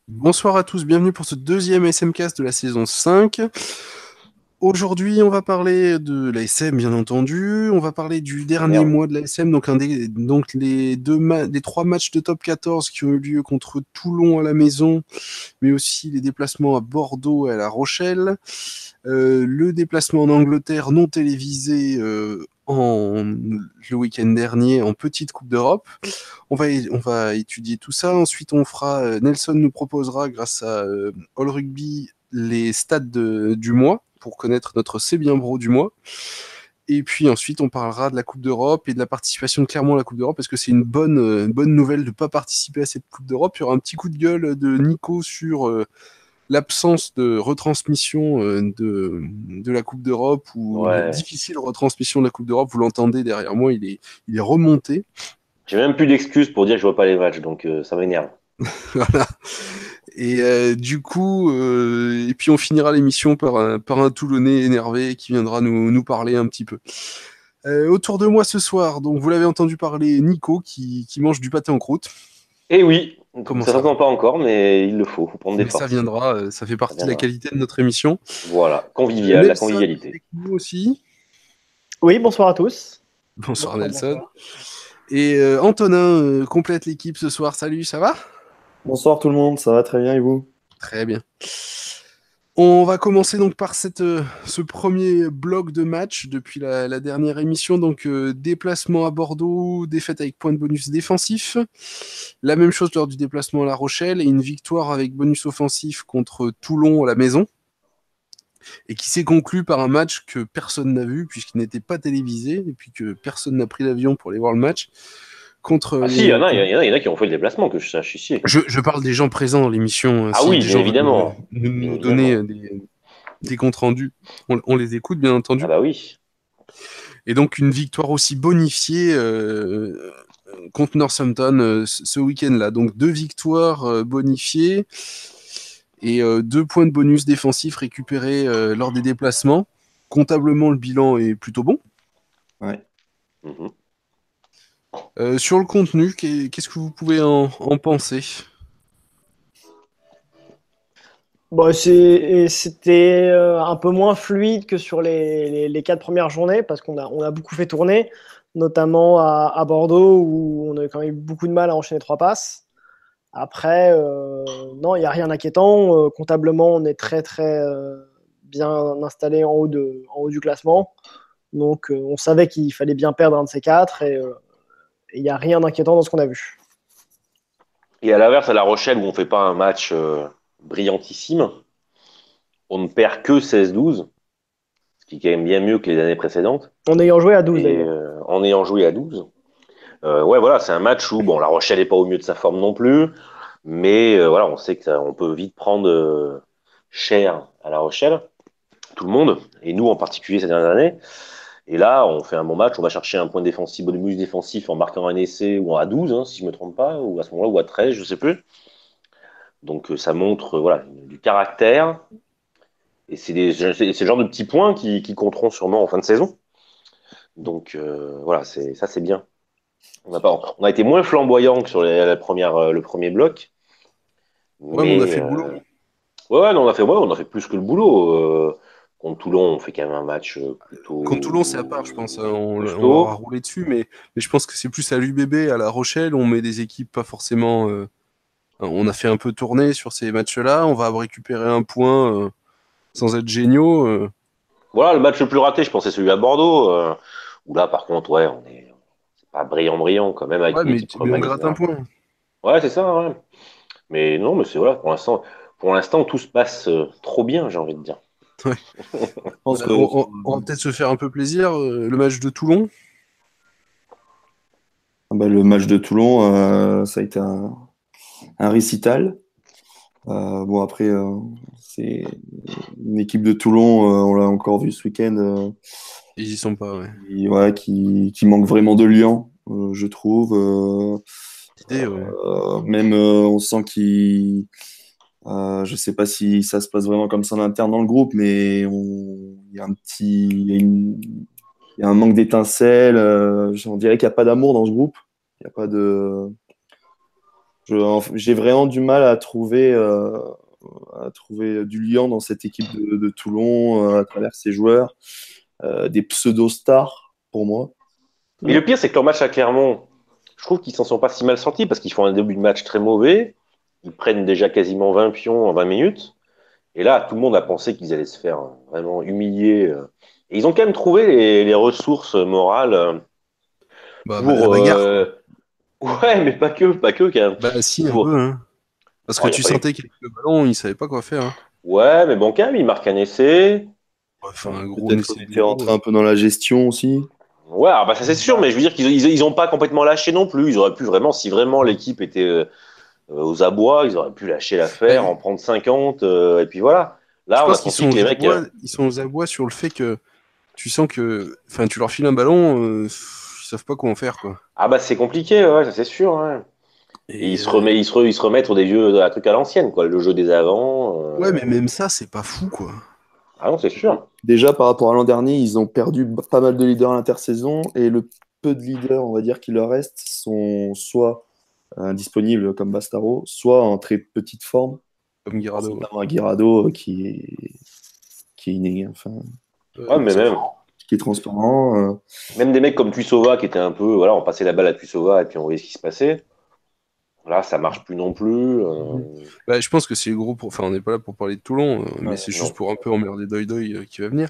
Bonsoir à tous, bienvenue pour ce deuxième SMcast de la saison 5. Aujourd'hui, on va parler de l'ASM, bien entendu. On va parler du Ah dernier merde. mois de l'ASM, donc les trois matchs de top 14 qui ont eu lieu contre Toulon à la maison, mais aussi les déplacements à Bordeaux et à La Rochelle. Le déplacement en Angleterre non télévisé le week-end dernier en petite Coupe d'Europe. On va étudier tout ça. Ensuite, Nelson nous proposera, grâce à All Rugby, les stats du mois pour connaître notre C'est bien bro du mois. Et puis ensuite, on parlera de la Coupe d'Europe et de la participation de Clermont à la Coupe d'Europe, parce que c'est une bonne nouvelle de ne pas participer à cette Coupe d'Europe. Il y aura un petit coup de gueule de Nico sur l'absence de retransmission de la Coupe d'Europe, ou la Ouais. difficile retransmission de la Coupe d'Europe. Vous l'entendez derrière moi, il est remonté. J'ai même plus d'excuses pour dire que je vois pas les matchs, donc ça m'énerve. Voilà. Et puis on finira l'émission par un Toulonnais énervé qui viendra nous parler un petit peu. Autour de moi ce soir, donc vous l'avez entendu parler, Nico qui mange du pâté en croûte. Et oui, Comment ça? certainement pas encore, mais il le faut prendre des Mais ça forces. viendra, ça fait Ça partie de la viendra. qualité de notre émission. Voilà, convivial, la Nelson convivialité. avec nous aussi. Oui, bonsoir à tous. Bonsoir Bonsoir, Nelson. bonsoir. Et Antonin complète l'équipe ce soir. Salut, ça va? Bonsoir tout le monde, ça va très bien et vous? Très bien. On va commencer donc par ce premier bloc de match depuis la dernière émission. Donc, déplacement à Bordeaux, défaite avec point de bonus défensif. La même chose lors du déplacement à La Rochelle et une victoire avec bonus offensif contre Toulon à la maison. Et qui s'est conclu par un match que personne n'a vu puisqu'il n'était pas télévisé et puis que personne n'a pris l'avion pour aller voir le match contre Ah si, il y en a, il y en a qui ont fait le déplacement, que je sache ici. Je parle des gens présents dans l'émission. Ah Si oui, des bien gens veulent évidemment. Bien nous donner évidemment. des comptes rendus, on les écoute, bien Ah entendu. bah oui. Et donc une victoire aussi bonifiée contre Northampton ce week-end-là. Donc deux victoires bonifiées et deux points de bonus défensifs récupérés lors des déplacements. Comptablement, le bilan est plutôt bon. Ouais. Mhm. Sur le contenu, qu'est-ce que vous pouvez en penser? Bon, c'était un peu moins fluide que sur les quatre premières journées parce qu'on a beaucoup fait tourner, notamment à Bordeaux où on a quand même eu beaucoup de mal à enchaîner trois passes. Après, non, il n'y a rien d'inquiétant. Comptablement, on est très très bien installé en haut du classement. Donc, on savait qu'il fallait bien perdre un de ces quatre et il n'y a rien d'inquiétant dans ce qu'on a vu. Et à l'inverse, à La Rochelle, où on fait pas un match brillantissime, on ne perd que 16-12, ce qui est quand même bien mieux que les années précédentes. En ayant joué à 12 Et d'ailleurs. en ayant joué à 12. Ouais, voilà, c'est un match où bon, La Rochelle n'est pas au mieux de sa forme non plus, mais voilà, on sait on peut vite prendre cher à La Rochelle, tout le monde, et nous en particulier ces dernières années. Et là, on fait un bon match, on va chercher un point défensif, bonus défensif en marquant un essai ou à 12, hein, si je me trompe pas, ou à ce moment-là, ou à 13, je sais plus. Donc ça montre voilà, du caractère, et c'est le genre de petits points qui compteront sûrement en fin de saison. Donc voilà, ça c'est bien. On a été moins flamboyant que sur le premier bloc, Ouais, mais on a mais fait le boulot. ouais, non, on a fait plus que le boulot. Contre Toulon, on fait quand même un match Contre Toulon, c'est à part, je plutôt pense. On leur a costaud. roulé dessus, mais je pense que c'est plus à l'UBB, à La Rochelle. On met des équipes pas forcément. On a fait un peu tourner sur ces matchs-là. On va récupérer un point sans être géniaux. Voilà, le match le plus raté, je pense, c'est celui à Bordeaux, où là, par contre, ouais, c'est pas brillant, quand même, avec Ouais, une équipe mais on remaniée, gratte un etc. point. Ouais, c'est ça, ouais. Mais non, mais c'est voilà, pour l'instant, tout se passe trop bien, j'ai envie de dire. Ouais. Je pense que On va peut-être se faire un peu plaisir. Le match de Toulon. le match de Toulon, ça a été un récital. Bon après, c'est une équipe de Toulon, on l'a encore vu ce week-end, Ils y sont pas, ouais. ouais, qui manque vraiment de liant, je trouve. L'idée, ouais. Même on sent je sais pas si ça se passe vraiment comme ça en interne dans le groupe, mais il y a un petit, il y a un manque d'étincelle. On dirait qu'il n'y a pas d'amour dans ce groupe. Il y a pas de, J'ai vraiment du mal à trouver du lien dans cette équipe de Toulon à travers ses joueurs, des pseudo-stars pour moi. Mais le pire, c'est que leur match à Clermont, je trouve qu'ils s'en sont pas si mal sortis parce qu'ils font un début de match très mauvais. Ils prennent déjà quasiment 20 pions en 20 minutes. Et là, tout le monde a pensé qu'ils allaient se faire vraiment humilier. Et ils ont quand même trouvé les ressources morales Bah, la pour. bagarre. Ouais, mais pas que quand même. Bah, si, un Pour... peu, hein. Parce que Oh, y a tu pas eu- sentais qu'avec le ballon, il savait pas quoi faire. Hein. Ouais, mais bon, quand même, ils marquent un essai. Enfin, un gros Peut-être qu'on essai de était rentré Béraud. un peu dans la gestion aussi. Ouais, ah bah ça c'est sûr, mais je veux dire qu'ils ont pas complètement lâché non plus. Ils auraient pu vraiment, si vraiment l'équipe était aux abois, ils auraient pu lâcher l'affaire, en prendre 50, et puis voilà. Je Là, on a pense qu'ils senti sont que les aux mecs. abois, ils sont aux abois sur le fait que tu sens que, enfin, tu leur files un ballon, ils savent pas comment faire, quoi. Ah bah c'est compliqué, ouais, ça c'est sûr. Ouais. Et Et ils se remettent sur des vieux un truc à l'ancienne, quoi, le jeu des avants. ouais, mais même ça, c'est pas fou, quoi. Ah non, c'est sûr. Déjà, par rapport à l'an dernier, ils ont perdu pas mal de leaders à l'intersaison et le peu de leaders, on va dire, qu'il leur reste sont soit disponibles comme Bastaro, soit en très petite forme. Comme Guirado. Notamment un Guirado qui est inné, enfin, Ouais, mais qui est transparent. même des mecs comme Tuisova qui étaient un peu, voilà, on passait la balle à Tuisova et puis on voyait ce qui se passait. Là, ça marche plus non plus. Bah, je pense que c'est le gros pour. Enfin, on n'est pas là pour parler de Toulon, mais c'est non. juste pour un peu emmerder Doy qui va venir.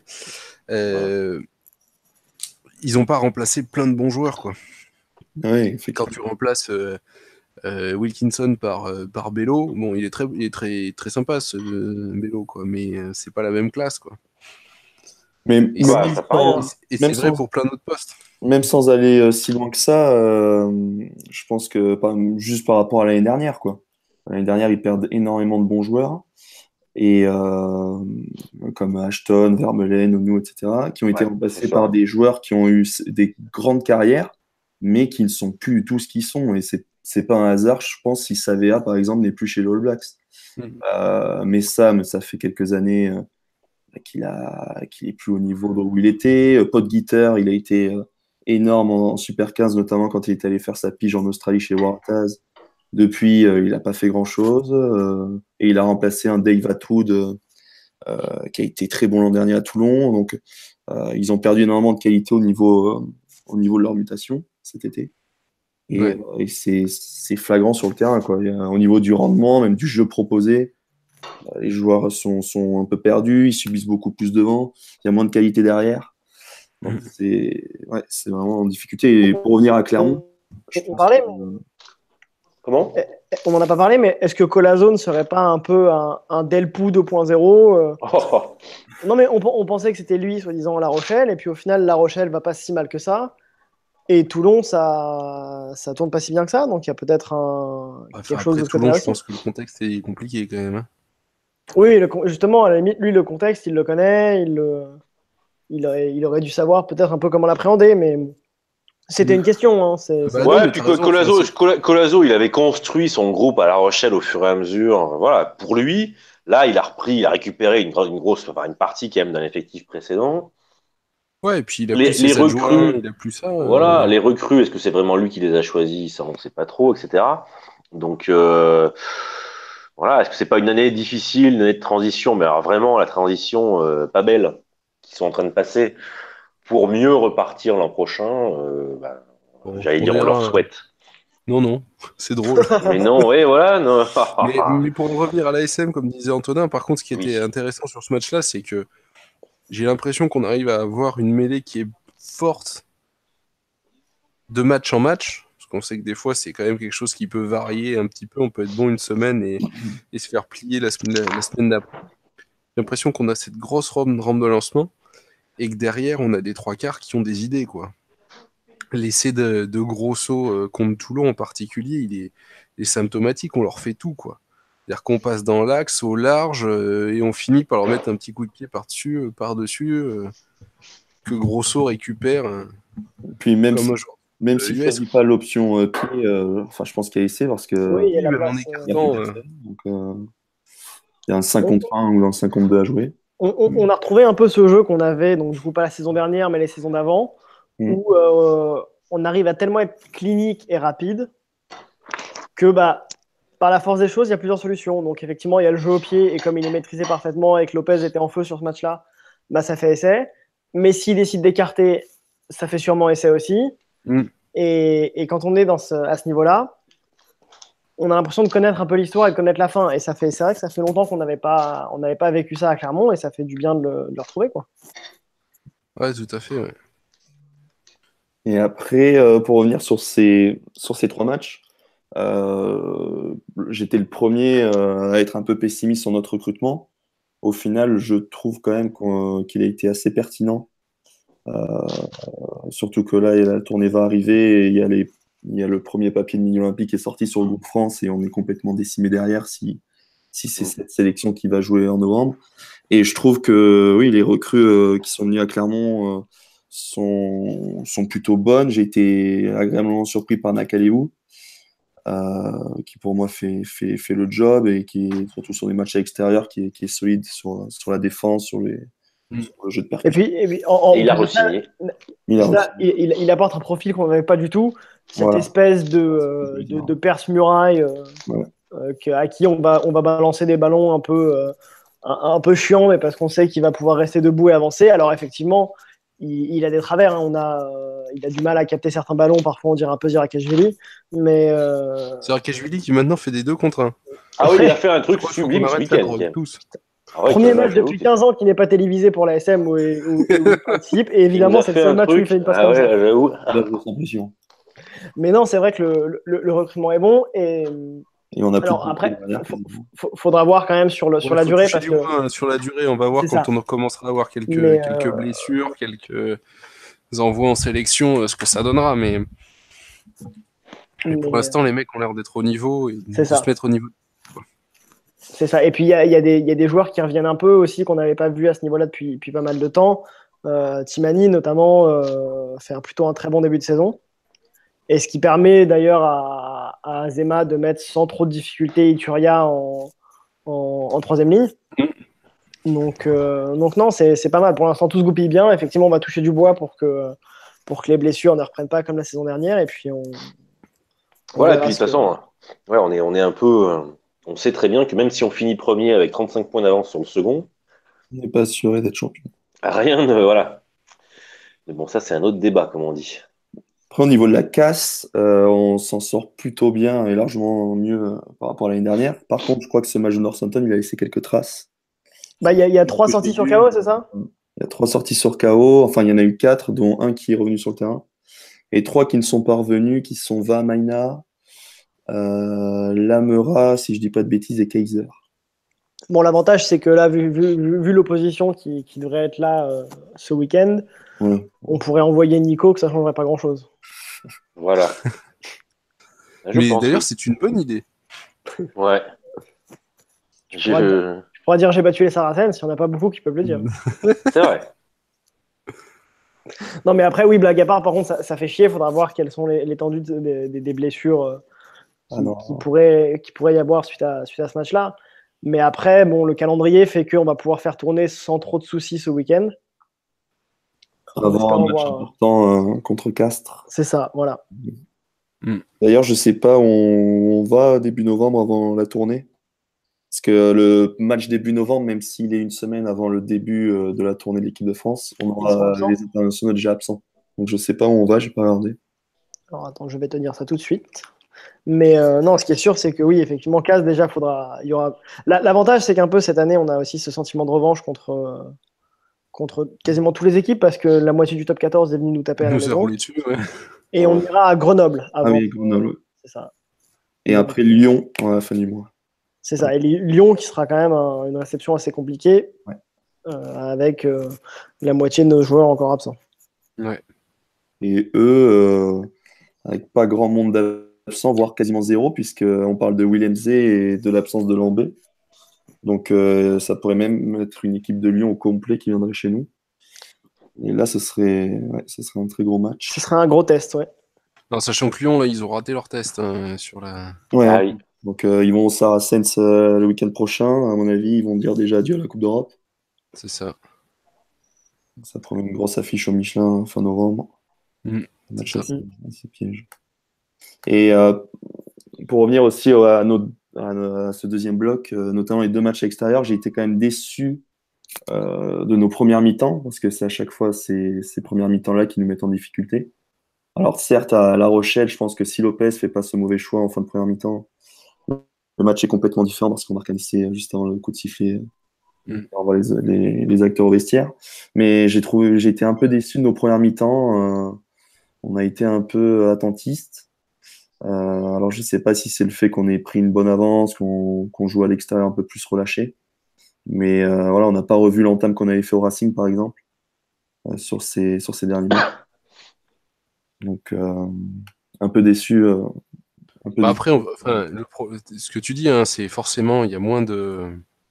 Ils n'ont pas remplacé plein de bons joueurs, quoi. Ouais, Quand tu remplaces Wilkinson par Bello, bon, il est très, très sympa ce Bello, quoi, mais c'est pas la même classe, quoi. Mais Et Bah, c'est ça paraît, hein. c'est vrai pour plein d'autres postes. même sans aller si loin que ça, je pense que juste par rapport à l'année dernière, quoi. L'année dernière, ils perdent énormément de bons joueurs. Et comme Ashton, Vermeulen, Onu, etc., qui ont été Ouais, remplacés c'est par ça. des joueurs qui ont eu des grandes carrières, mais qui ne sont plus du tout ce qu'ils sont. Et c'est pas un hasard, je pense, si Savea, par exemple, n'est plus chez les All Blacks. Mais ça fait quelques années qu'il est plus au niveau où il était. Podgitter, il a été énorme en Super 15, notamment quand il est allé faire sa pige en Australie chez Waratahs. Depuis, il n'a pas fait grand-chose. Et il a remplacé un Dave Atwood qui a été très bon l'an dernier à Toulon. Donc, ils ont perdu énormément de qualité au niveau de leur mutation cet été. Et c'est flagrant sur le terrain, quoi. Au niveau du rendement, même du jeu proposé, les joueurs sont un peu perdus, ils subissent beaucoup plus devant, il y a moins de qualité derrière. Donc, c'est vraiment en difficulté. Et pour revenir à Clermont, On parlait, Comment? on n'en a pas parlé, mais est-ce que Collazo ne serait pas un peu un Delpou 2.0 Oh. Non, mais on pensait que c'était lui, soi-disant, à La Rochelle, et puis au final, La Rochelle va pas si mal que ça. Et Toulon, ça tourne pas si bien que ça, donc il y a peut-être quelque chose de Après ce Toulon, côté-là je aussi. pense que le contexte est compliqué quand même. Hein. Oui, justement, à la limite, lui, le contexte, il le connaît, il aurait dû savoir peut-être un peu comment l'appréhender, mais c'était une question. Hein, Bah non, Ouais, mais puis t'as raison, Colazo, il avait construit son groupe à La Rochelle au fur et à mesure. Voilà, pour lui, là, il a récupéré une grosse, enfin, une partie quand même d'un effectif précédent. ouais, et puis il a plus Les ses adjoints, recrues, il a plus ça. voilà, les recrues, est-ce que c'est vraiment lui qui les a choisis? Ça, on ne sait pas trop, etc. Donc, voilà, est-ce que c'est pas une année difficile, une année de transition, mais alors vraiment la transition pas belle qu'ils sont en train de passer pour mieux repartir l'an prochain, bah, Bon, j'allais on dire, on leur verra. souhaite. Non, c'est drôle. Mais non, oui, voilà. Non. mais pour en revenir à l'ASM, comme disait Antonin, par contre, ce qui était Oui. intéressant sur ce match-là, c'est que j'ai l'impression qu'on arrive à avoir une mêlée qui est forte de match en match. Parce qu'on sait que des fois, c'est quand même quelque chose qui peut varier un petit peu. On peut être bon une semaine et se faire plier la semaine d'après. J'ai l'impression qu'on a cette grosse rampe de lancement et que derrière, on a des trois quarts qui ont des idées, quoi. L'essai de Grosso contre Toulon en particulier, il est symptomatique. On leur fait tout, quoi. C'est-à-dire qu'on passe dans l'axe, au large, et on finit par leur mettre un petit coup de pied par-dessus, que Grosso récupère puis comme un joueur même s'il ne US. choisit pas l'option pied, enfin, je pense qu'il y a essai parce que Oui, il y a la Même en place. il y a plus écartant, personne. Donc, il y a un 5 contre 1 ou un 5 contre 2 à jouer. On a retrouvé un peu ce jeu qu'on avait, donc du coup pas la saison dernière, mais les saisons d'avant, où on arrive à tellement être clinique et rapide que bah par la force des choses, il y a plusieurs solutions. Donc effectivement, il y a le jeu au pied, et comme il est maîtrisé parfaitement et que Lopez était en feu sur ce match-là, bah, ça fait essai. Mais s'il décide d'écarter, ça fait sûrement essai aussi. Et quand on est à ce niveau-là, on a l'impression de connaître un peu l'histoire et de connaître la fin. Et c'est vrai que ça fait longtemps qu'on n'avait pas vécu ça à Clermont, et ça fait du bien de le retrouver, quoi. Ouais, tout à fait. Ouais. Et après, pour revenir sur ces 3 matchs, j'étais le premier à être un peu pessimiste sur notre recrutement. Au final, je trouve quand même qu'il a été assez pertinent. Surtout que là, la tournée va arriver et il y a le premier papier de Mini Olympique qui est sorti sur le groupe France et on est complètement décimé derrière si c'est cette sélection qui va jouer en novembre. Et je trouve que oui, les recrues qui sont venues à Clermont sont plutôt bonnes. J'ai été agréablement surpris par Nakaleou, qui pour moi fait le job et qui est surtout sur les matchs à l'extérieur, qui est solide sur la défense, sur le jeu de percussion. Et puis il a re-signé. Il apporte un profil qu'on n'avait pas du tout, cette espèce de perce-muraille à qui on va balancer des ballons un peu chiants, mais parce qu'on sait qu'il va pouvoir rester debout et avancer. Alors effectivement, il a des travers, hein. Il a du mal à capter certains ballons, parfois on dirait un peu Zirakashvili, mais Zirakashvili qui maintenant fait des 2 contre 1. Ah oui, il a fait un truc sublime ce week-end. Premier match depuis 15 ans qui n'est pas télévisé pour la SM où il participe, et évidemment c'est le seul match où il fait une passe comme ça. Mais non, c'est vrai que le recrutement est bon, et on a alors après, faudra voir quand même sur la durée, parce que sur la durée, on va voir quand on commencera à avoir quelques blessures, quelques envois en sélection, ce que ça donnera, mais pour l'instant, les mecs ont l'air d'être au niveau et de se mettre au niveau. C'est ça. Et puis il y a des joueurs qui reviennent un peu aussi, qu'on n'avait pas vu à ce niveau-là depuis pas mal de temps. Timani notamment fait plutôt un très bon début de saison. Et ce qui permet d'ailleurs à Azema de mettre sans trop de difficulté Ituria en troisième ligne. Donc non, c'est pas mal. Pour l'instant, tout se goupille bien. Effectivement, on va toucher du bois pour que les blessures ne reprennent pas comme la saison dernière. Et puis voilà, et puis de toute façon, on est un peu... on sait très bien que même si on finit premier avec 35 points d'avance sur le second, on n'est pas assuré d'être champion. Rien ne... Voilà. Mais bon, ça, c'est un autre débat, comme on dit. Après, au niveau de la casse, on s'en sort plutôt bien et largement mieux par rapport à l'année dernière. Par contre, je crois que ce match de Northampton, il a laissé quelques traces. Il y a 3 sorties sur KO, c'est ça ? Il y a 3 sorties sur KO. Enfin, il y en a eu 4, dont un qui est revenu sur le terrain. Et 3 qui ne sont pas revenus, qui sont Vamaina, Lamera, si je dis pas de bêtises, et Kaiser. Bon, l'avantage, c'est que là, vu l'opposition qui devrait être là ce week-end, on pourrait envoyer Nico, que ça ne changerait pas grand-chose. Voilà. Mais d'ailleurs, c'est une bonne idée. Ouais. Je pourrais dire j'ai battu les Saracens, il n'y en a pas beaucoup qui peuvent le dire. C'est vrai. Non, mais après, oui, blague à part, par contre, ça fait chier. Il faudra voir quelles sont l'étendue des blessures qui pourrait y avoir suite à ce match-là. Mais après, bon, le calendrier fait qu'on va pouvoir faire tourner sans trop de soucis ce week-end. Avant un match important contre Castres. C'est ça, voilà. D'ailleurs, je sais pas où on va début novembre avant la tournée. Parce que le match début novembre, même s'il est une semaine avant le début de la tournée de l'équipe de France, on aura les internationaux déjà absents. Donc je sais pas où on va, j'ai pas regardé. Alors attends, je vais te dire ça tout de suite. Mais non, ce qui est sûr, c'est que oui, effectivement, Casse, déjà, il y aura. L'avantage, c'est qu'un peu cette année, on a aussi ce sentiment de revanche contre quasiment toutes les équipes, parce que la moitié du top 14 est venu nous taper à la maison. Et on ira à Grenoble avant. Ah oui, Grenoble. C'est ça. Et après Lyon à la fin du mois. C'est ça. Et Lyon qui sera quand même une réception assez compliquée, avec la moitié de nos joueurs encore absents. Ouais. Et eux, avec pas grand monde d'absents, voire quasiment 0, puisqu'on parle de William Zé et de l'absence de Lambé. Donc ça pourrait même être une équipe de Lyon au complet qui viendrait chez nous. Et là, ce serait un très gros match. Ce serait un gros test, ouais. Non, sachant que Lyon, là, ils ont raté leur test sur la... Ouais. Ah oui. Donc ils vont au Saracens le week-end prochain. À mon avis, ils vont dire déjà adieu à la Coupe d'Europe. C'est ça. Ça promet une grosse affiche au Michelin fin novembre. Match assez piège. Et pour revenir aussi à nos à ce deuxième bloc, notamment les 2 matchs à l'extérieur, j'ai été quand même déçu de nos premières mi-temps, parce que c'est à chaque fois ces premières mi-temps-là qui nous mettent en difficulté. Alors certes, à La Rochelle, je pense que si Lopez fait pas ce mauvais choix en fin de première mi-temps, le match est complètement différent parce qu'on marque un essai juste avant le coup de sifflet. On voit les acteurs au vestiaire. Mais j'ai été un peu déçu de nos premières mi-temps. On a été un peu attentiste. Alors je sais pas si c'est le fait qu'on ait pris une bonne avance, qu'on joue à l'extérieur un peu plus relâché. Mais voilà, on n'a pas revu l'entame qu'on avait fait au Racing, par exemple, sur ces derniers matchs. Donc un peu déçu. Après, ce que tu dis, hein, c'est forcément, il y a moins de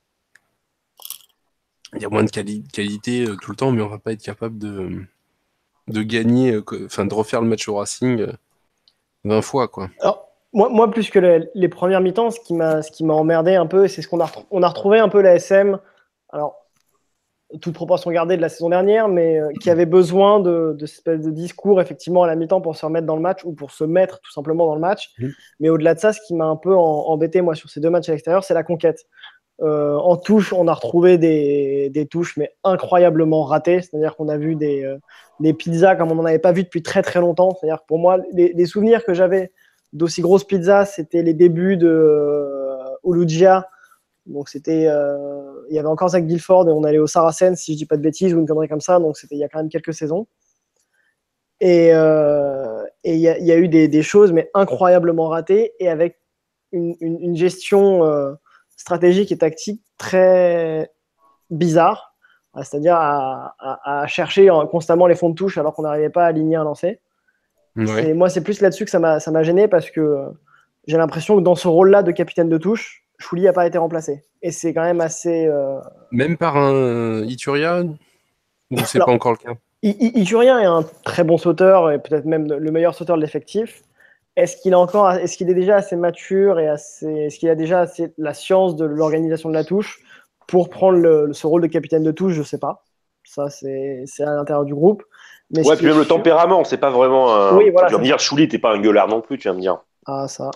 qualité tout le temps, mais on va pas être capable de gagner, de refaire le match au Racing 20 fois, quoi. Alors, moi, plus que les premières mi-temps, ce qui m'a emmerdé un peu, c'est ce on a retrouvé un peu la SM. Alors, toute proportion gardée de la saison dernière, mais qui avait besoin de cette espèce de discours effectivement à la mi-temps pour se remettre dans le match ou pour se mettre tout simplement dans le match. Mais au-delà de ça, ce qui m'a un peu embêté moi sur ces 2 matchs à l'extérieur, c'est la conquête. En touche, on a retrouvé des touches mais incroyablement ratées, c'est-à-dire qu'on a vu des pizzas comme on n'en avait pas vu depuis très très longtemps. C'est-à-dire que pour moi, les souvenirs que j'avais d'aussi grosses pizzas, c'était les débuts de Olugia. Donc c'était, il y avait encore Zach Guilford et on allait au Saracens, si je dis pas de bêtises, ou une connerie comme ça. Donc c'était il y a quand même quelques saisons. Et il y a eu des choses mais incroyablement ratées et avec une gestion stratégique et tactique très bizarre, c'est-à-dire à chercher constamment les fonds de touche alors qu'on n'arrivait pas à aligner un lancer. Ouais. Moi, c'est plus là-dessus que ça m'a gêné parce que j'ai l'impression que dans ce rôle-là de capitaine de touche, Chouli n'a pas été remplacé. Et c'est quand même assez. Même par un Ituria, ou c'est Alors, pas encore le cas? Iturien est un très bon sauteur et peut-être même le meilleur sauteur de l'effectif. Est-ce qu'il est déjà assez mature et est-ce qu'il a déjà assez la science de l'organisation de la touche pour prendre ce rôle de capitaine de touche? Je sais pas. Ça, c'est à l'intérieur du groupe. Mais Ouais, puis même le tempérament, c'est pas vraiment un. Oui, voilà, tu vas me dire, Chouli, t'es pas un gueulard non plus, tu vas me dire. Ah, ça.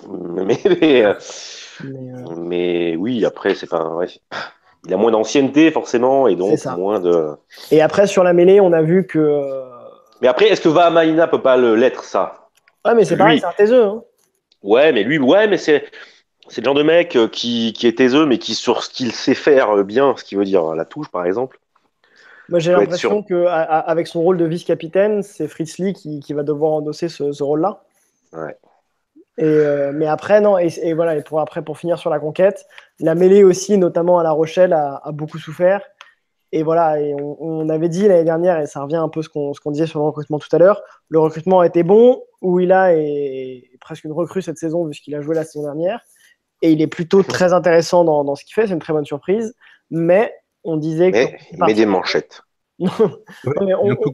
Mais oui, après, c'est pas. Ouais. Il a moins d'ancienneté, forcément, et donc moins de. Et après, sur la mêlée, on a vu que. Mais après, est-ce que Vahamaina peut pas l'être, ça? Ouais, mais c'est pareil, c'est un taiseux. Hein. Ouais, mais c'est le genre de mec qui est taiseux, mais qui, sur ce qu'il sait faire bien, ce qui veut dire la touche, par exemple. Moi, j'ai l'impression qu'avec son rôle de vice-capitaine, c'est Fritz Lee qui va devoir endosser ce rôle-là. Ouais. Mais après, non, et voilà, pour finir sur la conquête, la mêlée aussi, notamment à La Rochelle, a beaucoup souffert. Et voilà, et on avait dit l'année dernière, et ça revient un peu ce qu'on disait sur le recrutement tout à l'heure, le recrutement a été bon, Ouila est presque une recrue cette saison, vu ce qu'il a joué la saison dernière. Et il est plutôt très intéressant dans ce qu'il fait, c'est une très bonne surprise. Mais on disait que. Il met des manchettes. mais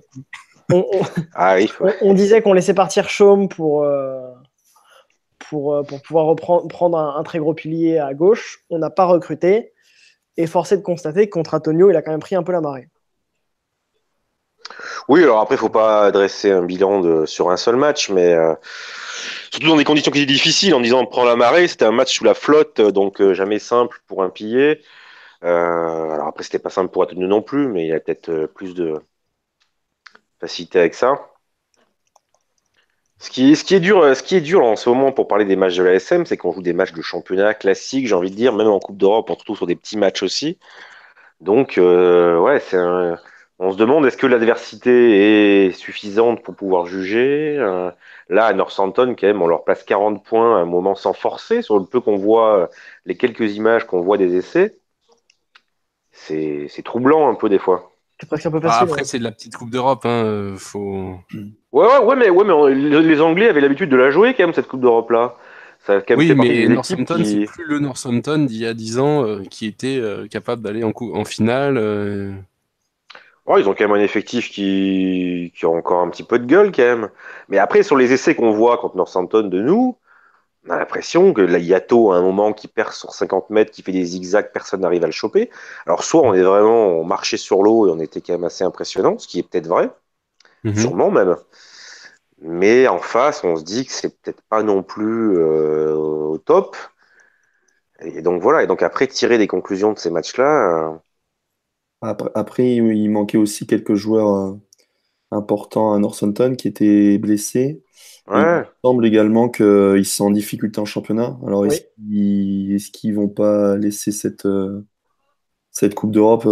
on disait qu'on laissait partir Chaume pour pouvoir prendre un très gros pilier à gauche. On n'a pas recruté. Et force est de constater que contre Antonio, il a quand même pris un peu la marée. Oui, alors après, il ne faut pas dresser un bilan sur un seul match, mais surtout dans des conditions qui étaient difficiles, en disant prends la marée, c'était un match sous la flotte, donc jamais simple pour un pilier. Alors après, c'était pas simple pour Antonio non plus, mais il y a peut-être plus de facilité avec ça. Ce qui est dur en ce moment pour parler des matchs de la SM, c'est qu'on joue des matchs de championnat classiques, j'ai envie de dire, même en Coupe d'Europe, on se retrouve sur des petits matchs aussi. Donc, ouais, on se demande est-ce que l'adversité est suffisante pour pouvoir juger. Là, à Northampton, quand même, on leur place 40 points à un moment sans forcer, sur le peu qu'on voit, les quelques images qu'on voit des essais. C'est troublant un peu des fois. C'est presque un peu facile. Après, c'est de la petite Coupe d'Europe, hein, faut. Ouais, mais les Anglais avaient l'habitude de la jouer quand même, cette Coupe d'Europe-là. Ça a quand même Oui, fait partie mais des Northampton, équipes c'est plus le Northampton d'il y a 10 ans qui était capable d'aller en finale. Ouais, ils ont quand même un effectif qui a encore un petit peu de gueule quand même. Mais après, sur les essais qu'on voit contre Northampton de nous, on a l'impression que la Yato, à un moment, qui perce sur 50 mètres, qui fait des zigzags, personne n'arrive à le choper. Alors, soit on marchait sur l'eau et on était quand même assez impressionnant, ce qui est peut-être vrai, sûrement même. Mais en face, on se dit que c'est peut-être pas non plus au top. Et donc voilà, et donc après tirer des conclusions de ces matchs-là, Après, il manquait aussi quelques joueurs importants à Northampton qui étaient blessés. Et il me ouais. semble également qu'ils sont en difficulté en championnat. Alors, Oui. est-ce qu'ils vont pas laisser cette Coupe d'Europe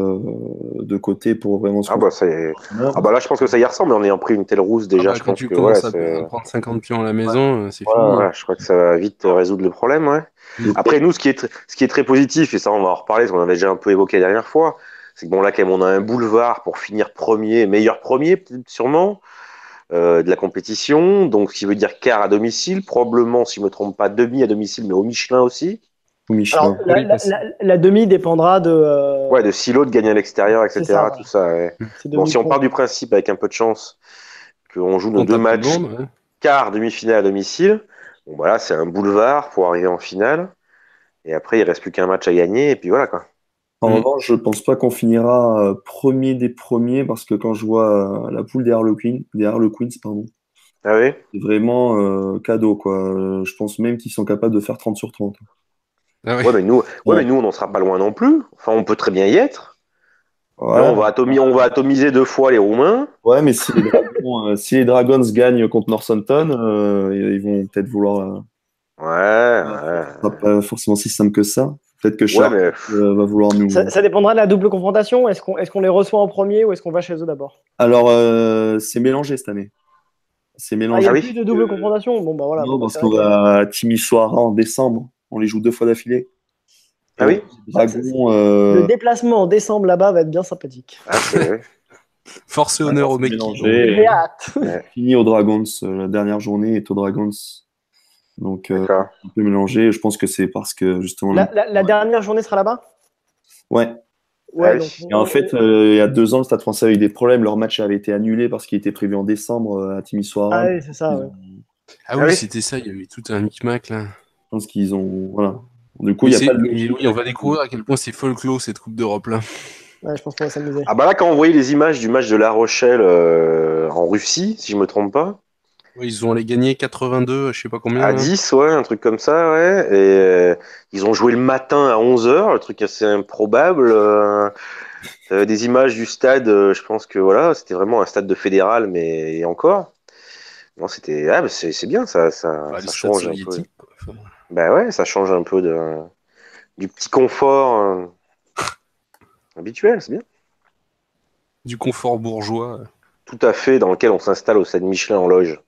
de côté pour vraiment se Ah bah ça y est. concentrer? Ah bah là je pense que ça y ressemble en ayant pris une telle rousse Ah déjà, bah, je quand pense tu que voilà, commences à c'est prendre 50 pions à la maison, c'est Voilà. fini. voilà, je crois que ça va vite résoudre le problème, ouais. Mm. Après nous ce qui est très positif, et ça on va en reparler, parce qu'on avait déjà un peu évoqué la dernière fois, c'est que bon là quand même on a un boulevard pour finir premier, meilleur premier peut-être sûrement de la compétition, donc ce qui veut dire quart à domicile, probablement si je me trompe pas demi à domicile, mais au Michelin aussi. Ou Alors, Michelin. Oui, parce- la demi dépendra de. Ouais, de silo, de gagner à l'extérieur, C'est ça, etc. voilà. Tout ça. Ouais. C'est Bon, devenu si on part con. du principe avec un peu de chance qu'on joue nos On 2 tape tout le matchs monde. Ouais. quart, demi-finale à domicile, bon voilà, c'est un boulevard pour arriver en finale. Et après, il reste plus qu'un match à gagner, et puis voilà quoi. En Mm. revanche, je pense pas qu'on finira premier des premiers parce que quand je vois la poule derrière le Queens, pardon, Ah oui? c'est vraiment cadeau, quoi. Je pense même qu'ils sont capables de faire 30 sur 30. Ah ouais. Ouais, mais nous, on n'en sera pas loin non plus. Enfin, on peut très bien y être. Là, Ouais, on va atomiser 2 fois les Roumains. ouais, mais si les Dragons gagnent contre Northampton, ils vont peut-être vouloir. Ouais, Ce sera ouais. pas forcément si simple que ça. Peut-être que Ouais, Charles mais va vouloir nous. Ça dépendra de la double confrontation. Est-ce qu'on les reçoit en premier ou est-ce qu'on va chez eux d'abord? Alors, c'est mélangé cette année. C'est Ah, il n'y mélangé. ah a oui. plus de double confrontation? Bon, bah voilà, bon, Non, bah, parce c'est qu'on vrai que va à Timisoara en décembre. On les joue 2 fois d'affilée. Et Ah on oui? les Dragons. le déplacement en décembre là-bas va être bien sympathique. Ah, c'est. Force et Ouais, honneur au c'est mec qui vont. mélangé. J'ai hâte. Ouais, Fini aux Dragons. La dernière journée est aux Dragons. Donc, d'accord. un peu mélangé. Je pense que c'est parce que justement. La dernière journée sera là-bas? Ouais. Ah Ouais, oui. donc Et en fait, il y a 2 ans, le Stade Français a eu des problèmes. Leur match avait été annulé parce qu'il était prévu en décembre à Timisoara. ah oui, c'est ça. Ouais. Ah Ah oui, oui? c'était ça, il y avait tout un micmac là. Je pense qu'ils ont. Voilà. Du coup, il Mais, n'y a pas de mais logique. oui, on va découvrir à quel point c'est folklore cette Coupe d'Europe là. Ouais, je pense qu'on va s'amuser. Ah bah là, quand on voyait les images du match de La Rochelle en Russie, si je me trompe pas, Ouais, ils ont allé gagner 82, je sais pas combien à là. 10, ouais, un truc comme ça, ouais, et ils ont joué le matin à 11 heures, le truc assez improbable. Des images du stade, je pense que voilà, c'était vraiment un stade de fédéral, mais et encore. Non, c'était. Ah, bah c'est bien, Bah, les ça stades change un peu. soviétiques, quoi. Enfin, Bah ouais, ça change un peu du petit confort habituel, c'est bien. du confort bourgeois. Tout à fait, dans lequel on s'installe au stade Michelin en loge.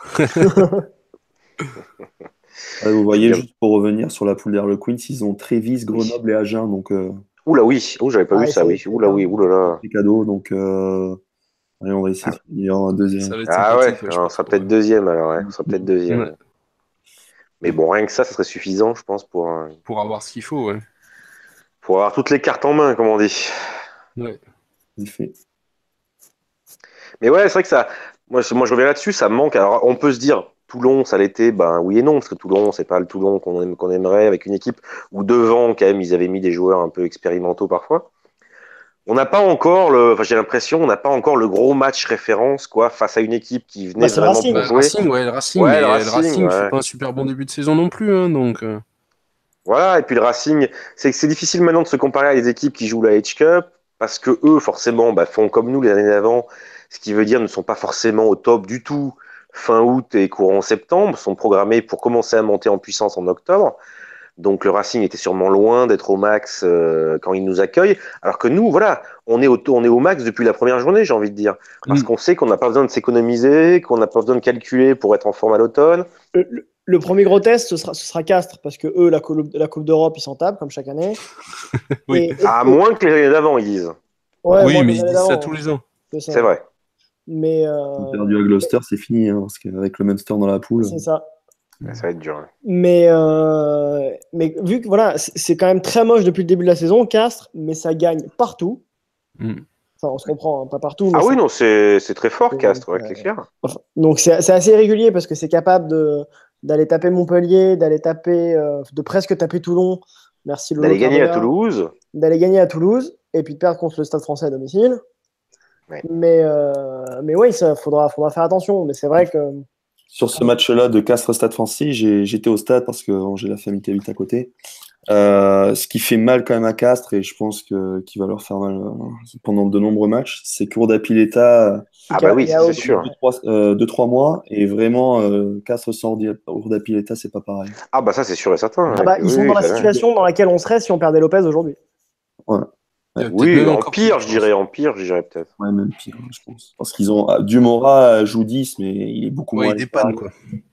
Vous C'est voyez, bien. juste pour revenir sur la poule d'Harlequins, ils ont Trévise, Oui. Grenoble et Agen. Donc, Oula oui, oh j'avais pas vu Ah, ça, oui. c'est Oula quand oui, même. oula là. c'est cadeau. Donc, allez, on va essayer de finir en deuxième. Ça va être Ah ouais, sympathique, ouais, je on pense. sera peut-être deuxième alors, ouais. On sera peut-être deuxième. Ouais, Ouais. Mais bon, rien que ça serait suffisant, je pense, pour avoir ce qu'il faut, ouais. pour avoir toutes les cartes en main, comme on dit. Ouais. En effet. Mais ouais, c'est vrai que ça. Moi, je reviens là-dessus, ça me manque. Alors, on peut se dire, Toulon, ça l'était, ben oui et non, parce que Toulon, c'est pas le Toulon qu'on aimerait, avec une équipe où devant, quand même, ils avaient mis des joueurs un peu expérimentaux parfois. On n'a pas encore enfin, j'ai l'impression, on n'a pas encore le gros match référence, quoi, face à une équipe qui Bah, venait c'est le vraiment Racing. pour Bah, le jouer. Racing, ouais, le Racing, Ouais, le mais le Racing, Racing fait ouais. pas un super bon début de saison non plus, hein, donc. Voilà, et puis le Racing, c'est difficile maintenant de se comparer à des équipes qui jouent la H-Cup, parce que eux, forcément, bah, font comme nous les années d'avant, ce qui veut dire ne sont pas forcément au top du tout fin août et courant septembre, sont programmés pour commencer à monter en puissance en octobre. Donc le Racing était sûrement loin d'être au max quand ils nous accueillent, alors que nous, voilà, on est au max depuis la première journée, j'ai envie de dire, parce Mm. qu'on sait qu'on n'a pas besoin de s'économiser, qu'on n'a pas besoin de calculer pour être en forme à l'automne. Le premier gros test, ce sera Castres, parce que eux, la Coupe d'Europe, ils s'en tapent, comme chaque année. Oui. À moins que les années d'avant, ils disent. Ouais, Oui, moi, mais les ils années disent ça d'avant, tous les ans. c'est ça. C'est vrai. Mais Ils ont perdu à Gloucester, c'est fini, hein, parce qu'avec le Munster dans la poule. c'est ça. Ça va être dur. Hein. Mais vu que voilà, c'est quand même très moche depuis le début de la saison, Castres, mais ça gagne partout. Mm. Enfin, on se comprend, hein, pas partout. Mais Ah oui, ça- non, c'est très fort, c'est- Castres, ouais, c'est clair. enfin, donc c'est assez irrégulier parce que c'est capable d'aller taper Montpellier, de presque taper Toulon. Merci Lolo D'aller gagner à Travella, Toulouse. d'aller gagner à Toulouse et puis de perdre contre le Stade Français à domicile. Ouais. Mais oui, ça faudra faire attention. Mais c'est vrai que Sur ce match-là de Castres Stade Français, j'étais au stade parce que j'ai la famille qui habite à côté. Ce qui fait mal quand même à Castres, et je pense qu'il va leur faire mal pendant de nombreux matchs, c'est qu'Urdapilleta, Ah bah oui, Il y a ça, c'est aucun- sûr. 2-3 mois, et vraiment, Castres sans Urdapilleta, c'est pas pareil. Ah bah ça, c'est sûr et certain. Ah bah, ils Oui, sont oui, dans la ça va. situation dans laquelle on serait si on perdait Lopez aujourd'hui. Ouais, Il y a peut-être Oui, même en encore pire, plus, je dirais peut-être. ouais, même pire, je pense. Parce qu'ils ont Dumora joue 10, mais il est beaucoup Ouais, moins il dépanne, létal. quoi.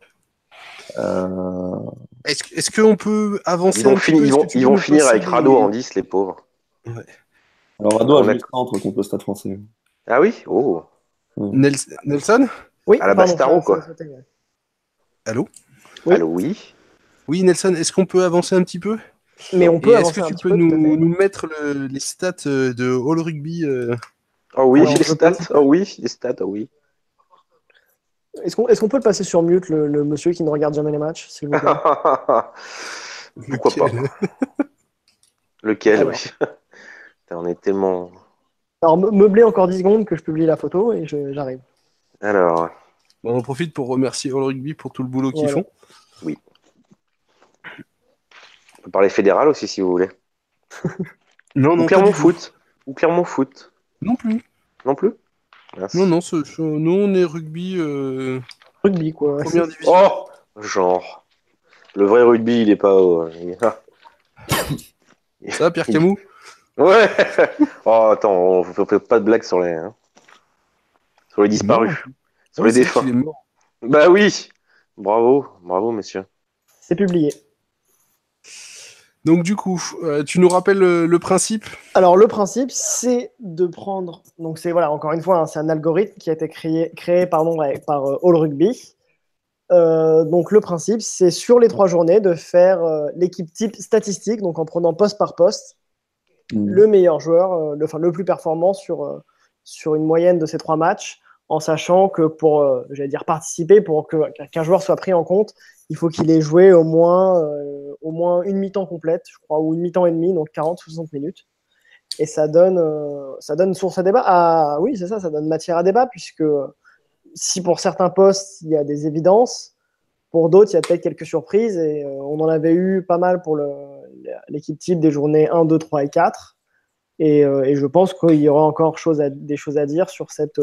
Euh, Est-ce qu'on peut avancer Ils vont, un petit peu? Est-ce que tu ils peux vont nous finir passer avec Rado en 10, les pauvres. Ouais. Alors, Ado a On a- joué centre contre le Stade français. Ah oui? Oh. Ouais. Nelson? Oui, À la pardon, Bastaro, ça quoi. sautait, ouais. Allô? Oui. Allô, oui. Oui, Nelson, est-ce qu'on peut avancer un petit peu? Mais on Et peut est-ce que avancer un tu petit peux peu, tout à fait. nous mettre les stats de All Rugby Oh oui, Alors, les je peux. stats. Oh oui, les stats, oh oui. Est-ce qu'on peut le passer sur mute, le monsieur qui ne regarde jamais les matchs, s'il vous plaît? Pourquoi pas? Lequel? Lequel, Alors, oui. Putain, on est tellement. Meubler encore 10 secondes que je publie la photo et j'arrive. Alors, Bon, on en profite pour remercier All Rugby pour tout le boulot qu'ils Voilà. font. oui. On peut parler fédéral aussi, si vous voulez. Non, Ou non, pas Clermont du tout. Foot. Ou Clermont Foot. Non plus. Non plus? Mince. Non, non, nous, on est rugby Rugby, quoi. première division. Oh! Genre. Le vrai rugby, il est pas. Ça va, Pierre Camou? Ouais! Oh, attends, on fait pas de blagues sur sur les Il est mort, disparus, en plus. sur Ah les oui, c'est vrai qu'il défunts. est mort. Bah oui! Bravo, bravo, messieurs. C'est publié. Donc, du coup, tu nous rappelles le principe? Alors, le principe, c'est de prendre. Donc, c'est voilà, encore une fois, hein, c'est un algorithme qui a été créé pardon, par All Rugby. Donc, le principe, c'est sur les 3 journées de faire l'équipe type statistique, donc en prenant poste par poste, le meilleur joueur, le plus performant sur une moyenne de ces 3 matchs, en sachant que pour, j'allais dire participer, pour qu'un joueur soit pris en compte, il faut qu'il ait joué au moins une mi-temps complète, je crois, ou une mi-temps et demie, donc 40-60 minutes. Et ça donne source à débat. Ah oui, c'est ça, ça donne matière à débat, puisque si pour certains postes, il y a des évidences, pour d'autres, il y a peut-être quelques surprises. Et on en avait eu pas mal pour l'équipe type des journées 1, 2, 3 et 4. Et je pense qu'il y aura encore des choses à dire sur cette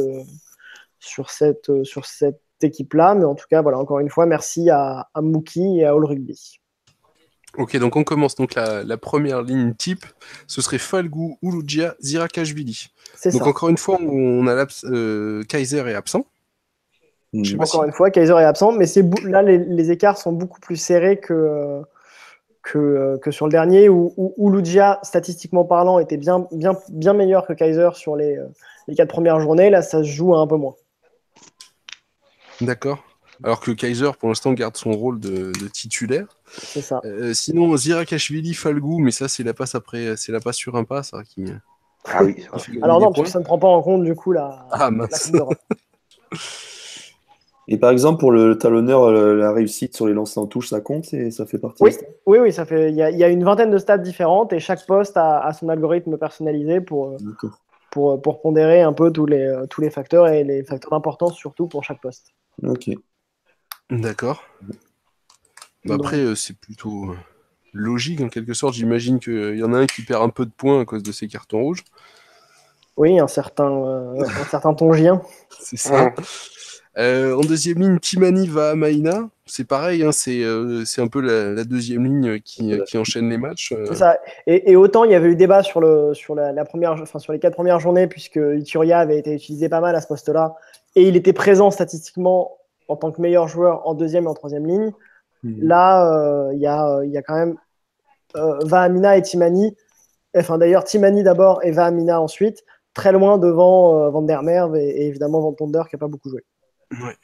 équipe-là. Mais en tout cas, voilà, encore une fois, merci à Mookie et à All Rugby. Ok, donc on commence donc la première ligne type. Ce serait Falgou, Ouloudia, Zirakashvili. C'est Donc ça. encore une fois, on a Kaiser est absent. Je sais pas Encore une fois, Kaiser est absent, mais là, les écarts sont beaucoup plus serrés que sur le dernier, où Lugia, statistiquement parlant, était bien meilleur que Kaiser sur les 4 premières journées. Là, ça se joue un peu moins. D'accord. Alors que Kaiser, pour l'instant, garde son rôle de titulaire. C'est ça. Sinon, Zirakashvili, Falgou, mais ça, c'est la passe sur un pas, ça, qui Ah oui. fait gagner Alors des non, points. parce que ça ne prend pas en compte, du coup, la mince. Coupe d'Europe. Et par exemple, pour le talonneur, la réussite sur les lancers en touche, ça compte et ça fait partie Oui, des stats. oui, ça fait. Il y a une vingtaine de stats différentes et chaque poste a son algorithme personnalisé pour pondérer un peu tous les facteurs et les facteurs d'importance surtout pour chaque poste. Ok. D'accord. Bah après, c'est plutôt logique en quelque sorte. J'imagine qu'il y en a un qui perd un peu de points à cause de ses cartons rouges. Oui, un certain Tongien. C'est ça. En deuxième ligne, Timani Vahamaina. C'est pareil, hein, c'est un peu la deuxième ligne qui enchaîne les matchs. C'est ça. Et autant il y avait eu débat sur la première, enfin, sur les 4 premières journées, puisque Ituria avait été utilisé pas mal à ce poste-là, et il était présent statistiquement en tant que meilleur joueur en deuxième et en troisième ligne. Là, il y a quand même Vahamina et Timani. Enfin, d'ailleurs, Timani d'abord et Vahamina ensuite, très loin devant Van der Merwe et évidemment Van Tonder qui n'a pas beaucoup joué. Ouais.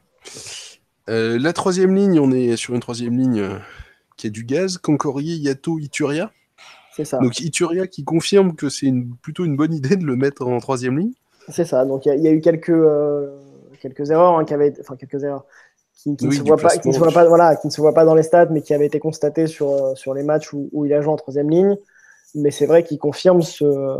La troisième ligne, on est sur une troisième ligne qui a du gaz. Concorier, Yato, Ituria. C'est ça. Donc Ituria qui confirme que c'est plutôt une bonne idée de le mettre en troisième ligne. C'est ça. Donc il y a eu quelques erreurs, hein, quelques erreurs qui ne se voient pas dans les stats, mais qui avaient été constatées sur les matchs où il a joué en troisième ligne. Mais c'est vrai qu'il confirme ce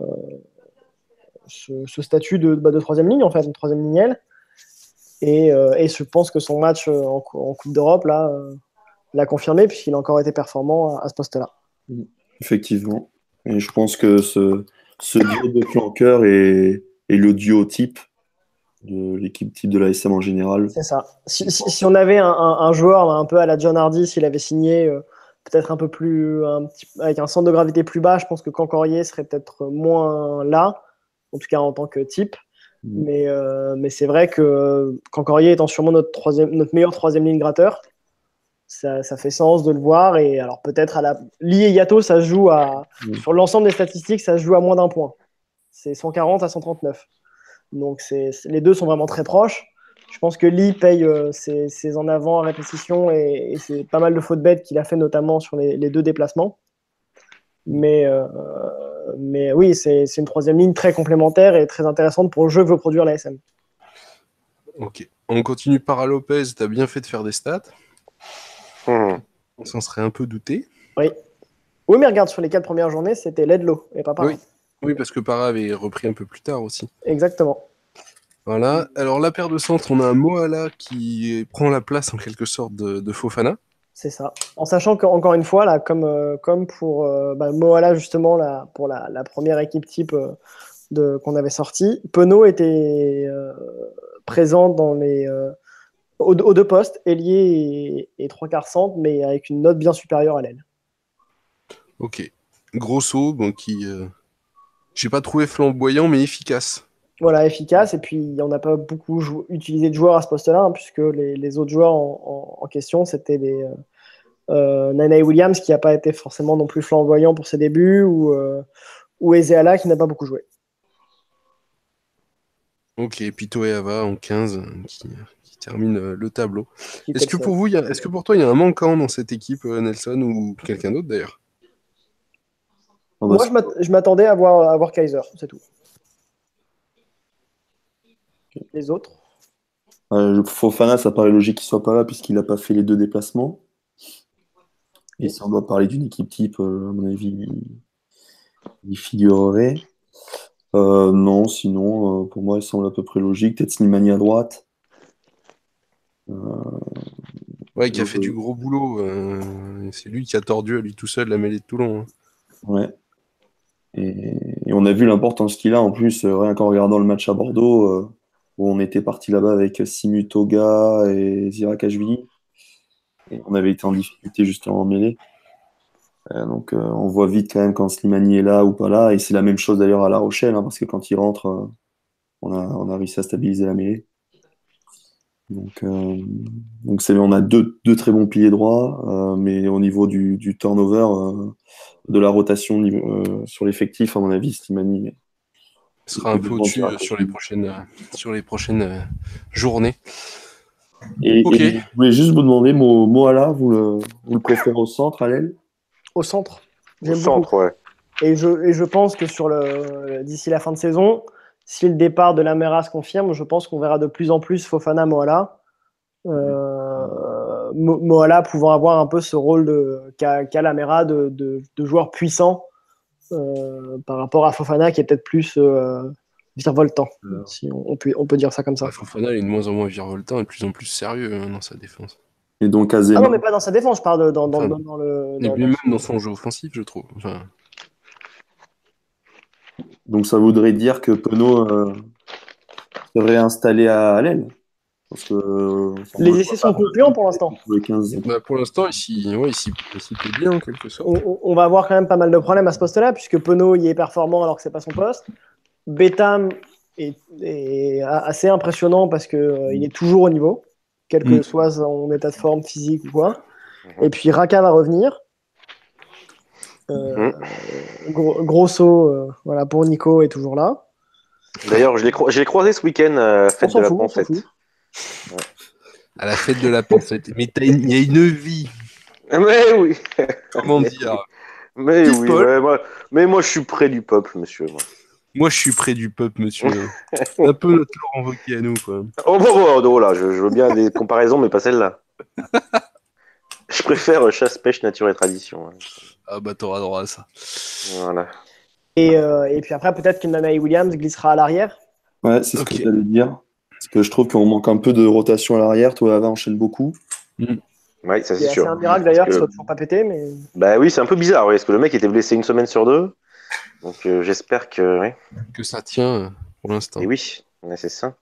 statut de troisième ligne, en fait, une troisième lignelle. Et je pense que son match en Coupe d'Europe là l'a confirmé, puisqu'il a encore été performant à ce poste-là. Effectivement. Et je pense que ce duo de flanqueurs est le duo type de l'équipe type de la SM en général. C'est ça. Si on avait un joueur un peu à la John Hardy, s'il avait signé peut-être un peu plus avec un centre de gravité plus bas, je pense que Cancorier serait peut-être moins là, en tout cas en tant que type. Mais c'est vrai que Cancorier étant sûrement notre meilleur troisième ligne gratteur, ça fait sens de le voir. Et alors peut-être Lee et Yato, ça se joue sur l'ensemble des statistiques, ça se joue à moins d'1 point. C'est 140 à 139. Donc les deux sont vraiment très proches. Je pense que Lee paye ses en avant à répétition et c'est pas mal de fautes bêtes qu'il a fait notamment sur les 2 déplacements. Mais oui, c'est une troisième ligne très complémentaire et très intéressante pour le jeu que veut produire la SM. Ok. On continue par à Lopez. Tu as bien fait de faire des stats. On s'en serait un peu douté. Oui, mais regarde, sur les 4 premières journées, c'était Ledlow et pas Parra. Oui, parce que Parra avait repris un peu plus tard aussi. Exactement. Voilà. Alors, la paire de centres, on a un Moala qui prend la place en quelque sorte de Fofana. C'est ça. En sachant qu'encore une fois, là, comme pour Moala, justement, là, pour la première équipe type qu'on avait sortie, Penaud était présent dans aux 2 postes, ailier et 3/4 centre, mais avec une note bien supérieure à l'aile. Ok. Grosso, qui... j'ai pas trouvé flamboyant, mais efficace. Voilà, efficace. Et puis, on n'a pas beaucoup utilisé de joueurs à ce poste-là, puisque les autres joueurs en question, c'était des Nanae Williams, qui n'a pas été forcément non plus flamboyant pour ses débuts, ou Ezeala, qui n'a pas beaucoup joué. Ok, Pito et Ava en 15, qui termine le tableau. Est-ce que pour toi, il y a un manquant dans cette équipe, Nelson, ou quelqu'un d'autre d'ailleurs? Moi, je m'attendais à voir Kaiser, c'est tout. Les autres Fofana, ça paraît logique qu'il soit pas là puisqu'il n'a pas fait les 2 déplacements. Et si on doit parler d'une équipe type, à mon avis, il figurerait. Non, sinon, pour moi, il semble à peu près logique. Peut-être Slimani à droite. Qui a fait du gros boulot. C'est lui qui a tordu à lui tout seul la mêlée de Toulon. Hein. Ouais. Et on a vu l'importance qu'il a en plus, rien qu'en regardant le match à Bordeaux, où on était parti là-bas avec Simu Toga et Zirakashvili. Et on avait été en difficulté justement en mêlée. Donc on voit vite quand même quand Slimani est là ou pas là. Et c'est la même chose d'ailleurs à La Rochelle, parce que quand il rentre, on a réussi à stabiliser la mêlée. Donc on a deux très bons piliers droits, mais au niveau du turnover, de la rotation sur l'effectif, à mon avis, Slimani sera un peu au-dessus sur les prochaines journées. Et je voulais juste vous demander, Moala, vous le préférez au centre, à l'aile? Au centre. Au centre, ouais. Et je pense que d'ici la fin de saison, si le départ de Lamela se confirme, je pense qu'on verra de plus en plus Fofana, Moala. Moala pouvant avoir un peu ce rôle qu'a Lamela de joueur puissant par rapport à Fofana qui est peut-être plus virevoltant, si on peut dire ça comme ça. Fofana est de moins en moins virevoltant et de plus en plus sérieux dans sa défense. Et donc Azema... Ah non, mais pas dans sa défense, je parle dans le... Et lui-même dans son jeu offensif, je trouve. Donc ça voudrait dire que Penaud serait installé à l'aile, parce que les essais sont concluants pour l'instant. Pour l'instant, ici plaît bien en quelque sorte. On va avoir quand même pas mal de problèmes à ce poste-là, puisque Penaud y est performant alors que c'est pas son poste. Betham est assez impressionnant parce que il est toujours au niveau, quel que soit son état de forme physique ou quoi. Et puis Raka va revenir. Grosso, voilà, pour Nico est toujours là. D'ailleurs, je l'ai croisé ce week-end à la fête de la Pancette. Ouais. À la fête de la Pancette. Mais il y a une vie. Mais oui. Comment dire? Mais oui. Ouais, moi, je suis près du peuple, monsieur. Moi, je suis près du peuple, monsieur. Un peu notre Laurent Wauquiez à nous, quoi. Oh, là, je veux bien des comparaisons, mais pas celle-là. Je préfère chasse, pêche, nature et tradition. Hein. Ah bah, t'auras droit à ça. Voilà. Et puis après, peut-être que Nanae Williams glissera à l'arrière. Ouais, c'est ce que j'allais dire. Parce que je trouve qu'on manque un peu de rotation à l'arrière. Toi, Ava enchaîne beaucoup. Ouais, ça c'est C'est sûr. un miracle d'ailleurs qu'il Parce soit que- toujours pas pété, mais Bah oui, c'est un peu bizarre, oui, parce que le mec était blessé une semaine sur deux. Donc j'espère que. Ouais. Que ça tient pour l'instant. Et oui, ouais, c'est ça.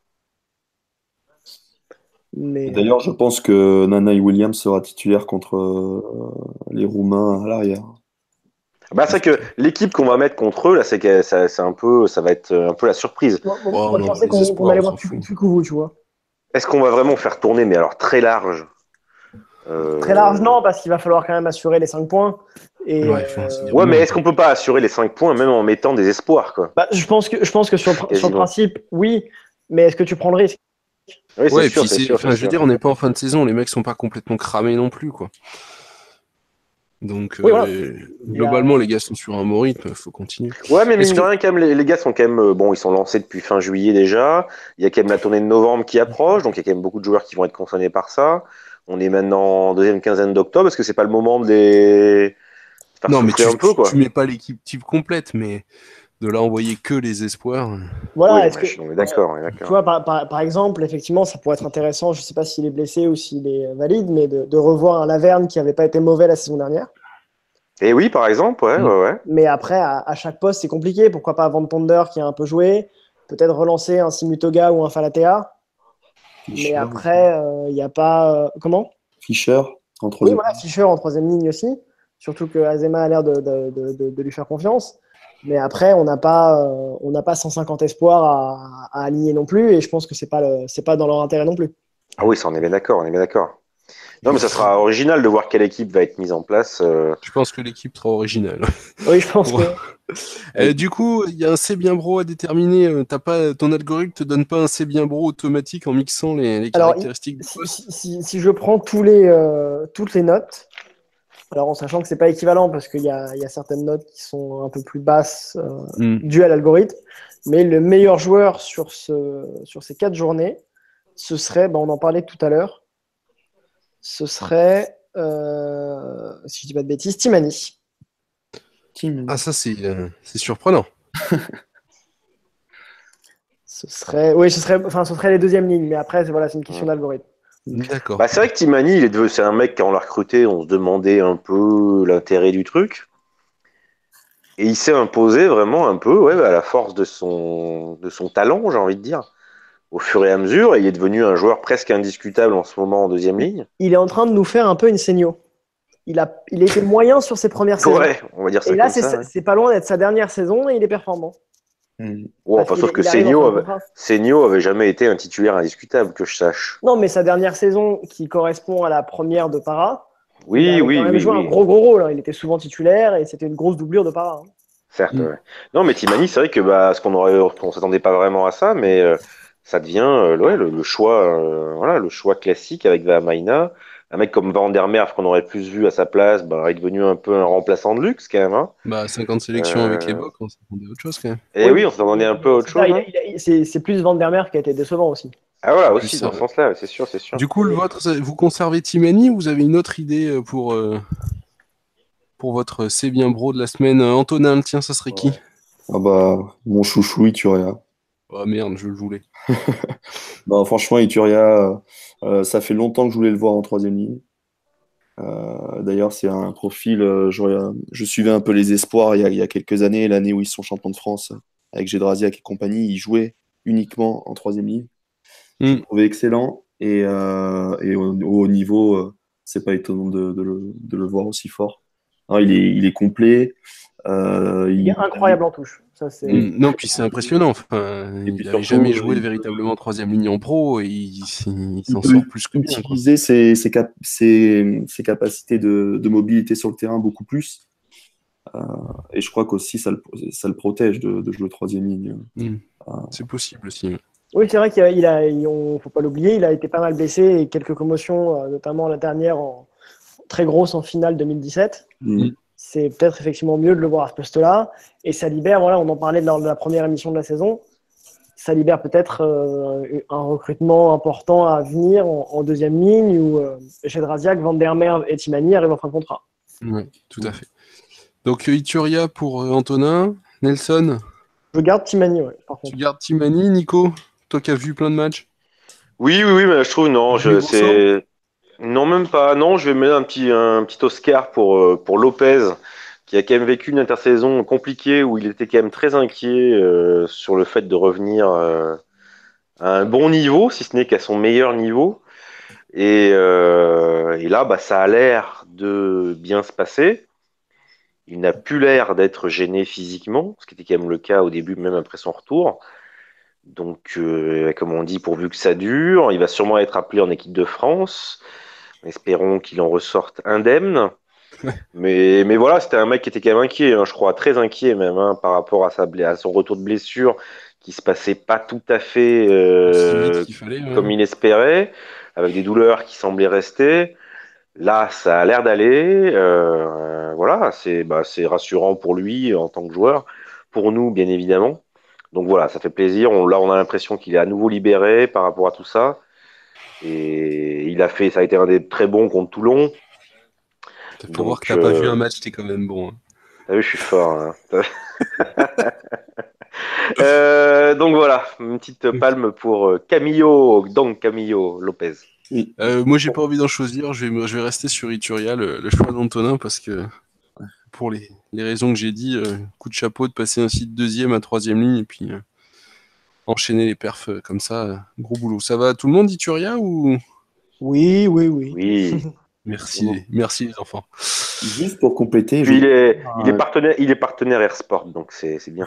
mais D'ailleurs, je pense que Nanaï Williams sera titulaire contre les Roumains à l'arrière. Bah, c'est que l'équipe qu'on va mettre contre eux, là, ça va être un peu la surprise. moi, Oh, moi, je non, pensais les qu'on espoirs, allait on voir s'en fout. Tukouvou, tu vois. Est-ce qu'on va vraiment faire tourner, mais alors très large Très large, non, parce qu'il va falloir quand même assurer les 5 points. Et Ouais, il faut en tenir Ouais, mais moins, est-ce qu'on peut pas assurer les 5 points même en mettant des espoirs, quoi? je pense que sur le Quasiment. principe, oui, mais est-ce que tu prends le risque? Oui, Ouais, et c'est puis sûr, enfin, je veux dire, on n'est pas en fin de saison, les mecs sont pas complètement cramés non plus, quoi. Donc, Oui, voilà. globalement, les gars sont sur un bon rythme, faut continuer. Ouais, mais Est-ce mine de que- rien, quand même, les gars sont quand même. Bon, ils sont lancés depuis fin juillet déjà. Il y a quand même la tournée de novembre qui approche, donc il y a quand même beaucoup de joueurs qui vont être concernés par ça. On est maintenant en deuxième quinzaine d'octobre. Est-ce que c'est pas le moment de les faire Non, mais souffler un peu, tu quoi? mets pas l'équipe type complète, mais de là envoyer que les espoirs. Voilà, Oui, est-ce que, on est d'accord, on est tu d'accord. vois, par exemple, effectivement, ça pourrait être intéressant, je ne sais pas s'il est blessé ou s'il est valide, mais de revoir un Laverne qui n'avait pas été mauvais la saison dernière. Et oui, par exemple, ouais, ouais. Mais après, à chaque poste, c'est compliqué. Pourquoi pas Van Ponder qui a un peu joué, peut-être relancer un Simutoga ou un Falatea. Mais après, il n'y a pas. Comment? Fischer en Oui, troisième. voilà, Fischer en troisième ligne aussi. Surtout que Azema a l'air de lui faire confiance. Mais après, on n'a pas 150 espoirs à aligner non plus. Et je pense que c'est pas dans leur intérêt non plus. Ah oui, ça, on est bien d'accord, on est bien d'accord. Non, mais ça sera original de voir quelle équipe va être mise en place. Je pense que l'équipe sera originale. Oui, je pense Pour- que. Du coup, il y a un C'est bien bro à déterminer. Ton algorithme te donne pas un C'est bien bro automatique en mixant les Alors, caractéristiques du poste. si je prends toutes les notes, alors en sachant que c'est pas équivalent parce qu'il y a certaines notes qui sont un peu plus basses dues à l'algorithme, mais le meilleur joueur sur ces 4 journées, ce serait, on en parlait tout à l'heure, ce serait, si je dis pas de bêtises, Timani. Ah, ça, c'est surprenant. Ce serait les deuxièmes lignes, mais après, c'est une question d'algorithme. D'accord. Bah, c'est vrai que Timani, c'est un mec, quand on l'a recruté, on se demandait un peu l'intérêt du truc. Et il s'est imposé vraiment un peu, ouais, à la force de son talent, j'ai envie de dire, au fur et à mesure. Et il est devenu un joueur presque indiscutable en ce moment en deuxième ligne. Il est en train de nous faire un peu une Seigno. Il a été moyen sur ses premières saisons. Ouais, on va dire ça Et là, comme ça. Ouais. c'est pas loin d'être sa dernière saison et il est performant. Ouais, enfin, sauf que Seigno avait jamais été un titulaire indiscutable, que je sache. Non, mais sa dernière saison, qui correspond à la première de Para, il avait quand même joué un gros rôle. Il était souvent titulaire et c'était une grosse doublure de Para. Certes, ouais. Non, mais Timani, c'est vrai que on s'attendait pas vraiment à ça, mais ça devient le choix, voilà, le choix classique avec Vahamaina. Un mec comme Van der Merwe qu'on aurait plus vu à sa place, est devenu un peu un remplaçant de luxe quand même. Hein. 50 sélections avec les Bocs, on s'attendait à autre chose quand même. Et oui, on s'attendait un peu à autre chose. Hein. C'est plus Van der Merwe qui a été décevant aussi. Ah voilà, aussi dans ce sens-là, c'est sûr, c'est sûr. Du coup, vous conservez Timani ou vous avez une autre idée pour votre C'est bien bro de la semaine? Antonin, le tien, ça serait qui? Ah bah, mon chouchou, Ituria. Oh merde, je le voulais. Non, franchement, Ituria, ça fait longtemps que je voulais le voir en troisième ligne. D'ailleurs, c'est un profil, je suivais un peu les espoirs il y a quelques années, l'année où ils sont champions de France avec Gédrasiak et compagnie, ils jouaient uniquement en troisième ligne. Je le trouvais excellent et au haut niveau, c'est pas étonnant de le voir aussi fort. Non, il est complet. Il est incroyable en touche. Ça, non, puis c'est impressionnant. Enfin, il n'avait jamais joué véritablement troisième ligne en pro et il s'en sort plus que bien. Utiliser ses capacités de mobilité sur le terrain beaucoup plus. Et je crois qu'aussi ça le protège de jouer troisième ligne. C'est possible aussi. Oui, c'est vrai qu'il ne faut pas l'oublier, il a été pas mal blessé et quelques commotions, notamment la dernière très grosse en finale 2017. C'est peut-être effectivement mieux de le voir à ce poste-là. Et ça libère, on en parlait lors de la première émission de la saison, ça libère peut-être un recrutement important à venir en deuxième ligne où Gédrasiak, Van der Merwe et Timani arrivent en fin de contrat. Oui, tout à fait. Donc Ituria pour Antonin, Nelson. Je garde Timani, par contre. Tu gardes Timani, Nico? Toi qui as vu plein de matchs? Oui, mais je trouve, non, Non, même pas. Non, je vais mettre un petit Oscar pour Lopez, qui a quand même vécu une intersaison compliquée où il était quand même très inquiet sur le fait de revenir à un bon niveau, si ce n'est qu'à son meilleur niveau. Et là, bah, ça a l'air de bien se passer. Il n'a plus l'air d'être gêné physiquement, ce qui était quand même le cas au début, même après son retour. Donc, comme on dit, pourvu que ça dure, il va sûrement être appelé en équipe de France. Espérons qu'il en ressorte indemne. Mais voilà, c'était un mec qui était quand même inquiet, hein, je crois, très inquiet même, hein, par rapport à son retour de blessure, qui se passait pas tout à fait Aussi vite qu'il fallait. comme il espérait, avec des douleurs qui semblaient rester. Là, ça a l'air d'aller. Voilà, c'est rassurant pour lui en tant que joueur, pour nous, bien évidemment. Donc voilà, ça fait plaisir. Là, on a l'impression qu'il est à nouveau libéré par rapport à tout ça. Et ça a été un des très bons contre Toulon. Pour voir que Donc, t'as pas vu un match, t'es quand même bon. Hein. t'as vu, je suis fort. Hein. Donc voilà, une petite palme pour Camillo Lopez. Moi, j'ai pas envie d'en choisir. Je vais rester sur Ituria, le choix d'Antonin, parce que pour les raisons que j'ai dit, coup de chapeau de passer ainsi de deuxième à troisième ligne et puis enchaîner les perfs comme ça, gros boulot. Ça va tout le monde, Ituria ou Oui. Oui. merci les enfants. Juste pour compléter, Puis il est partenaire Airsport, donc c'est bien.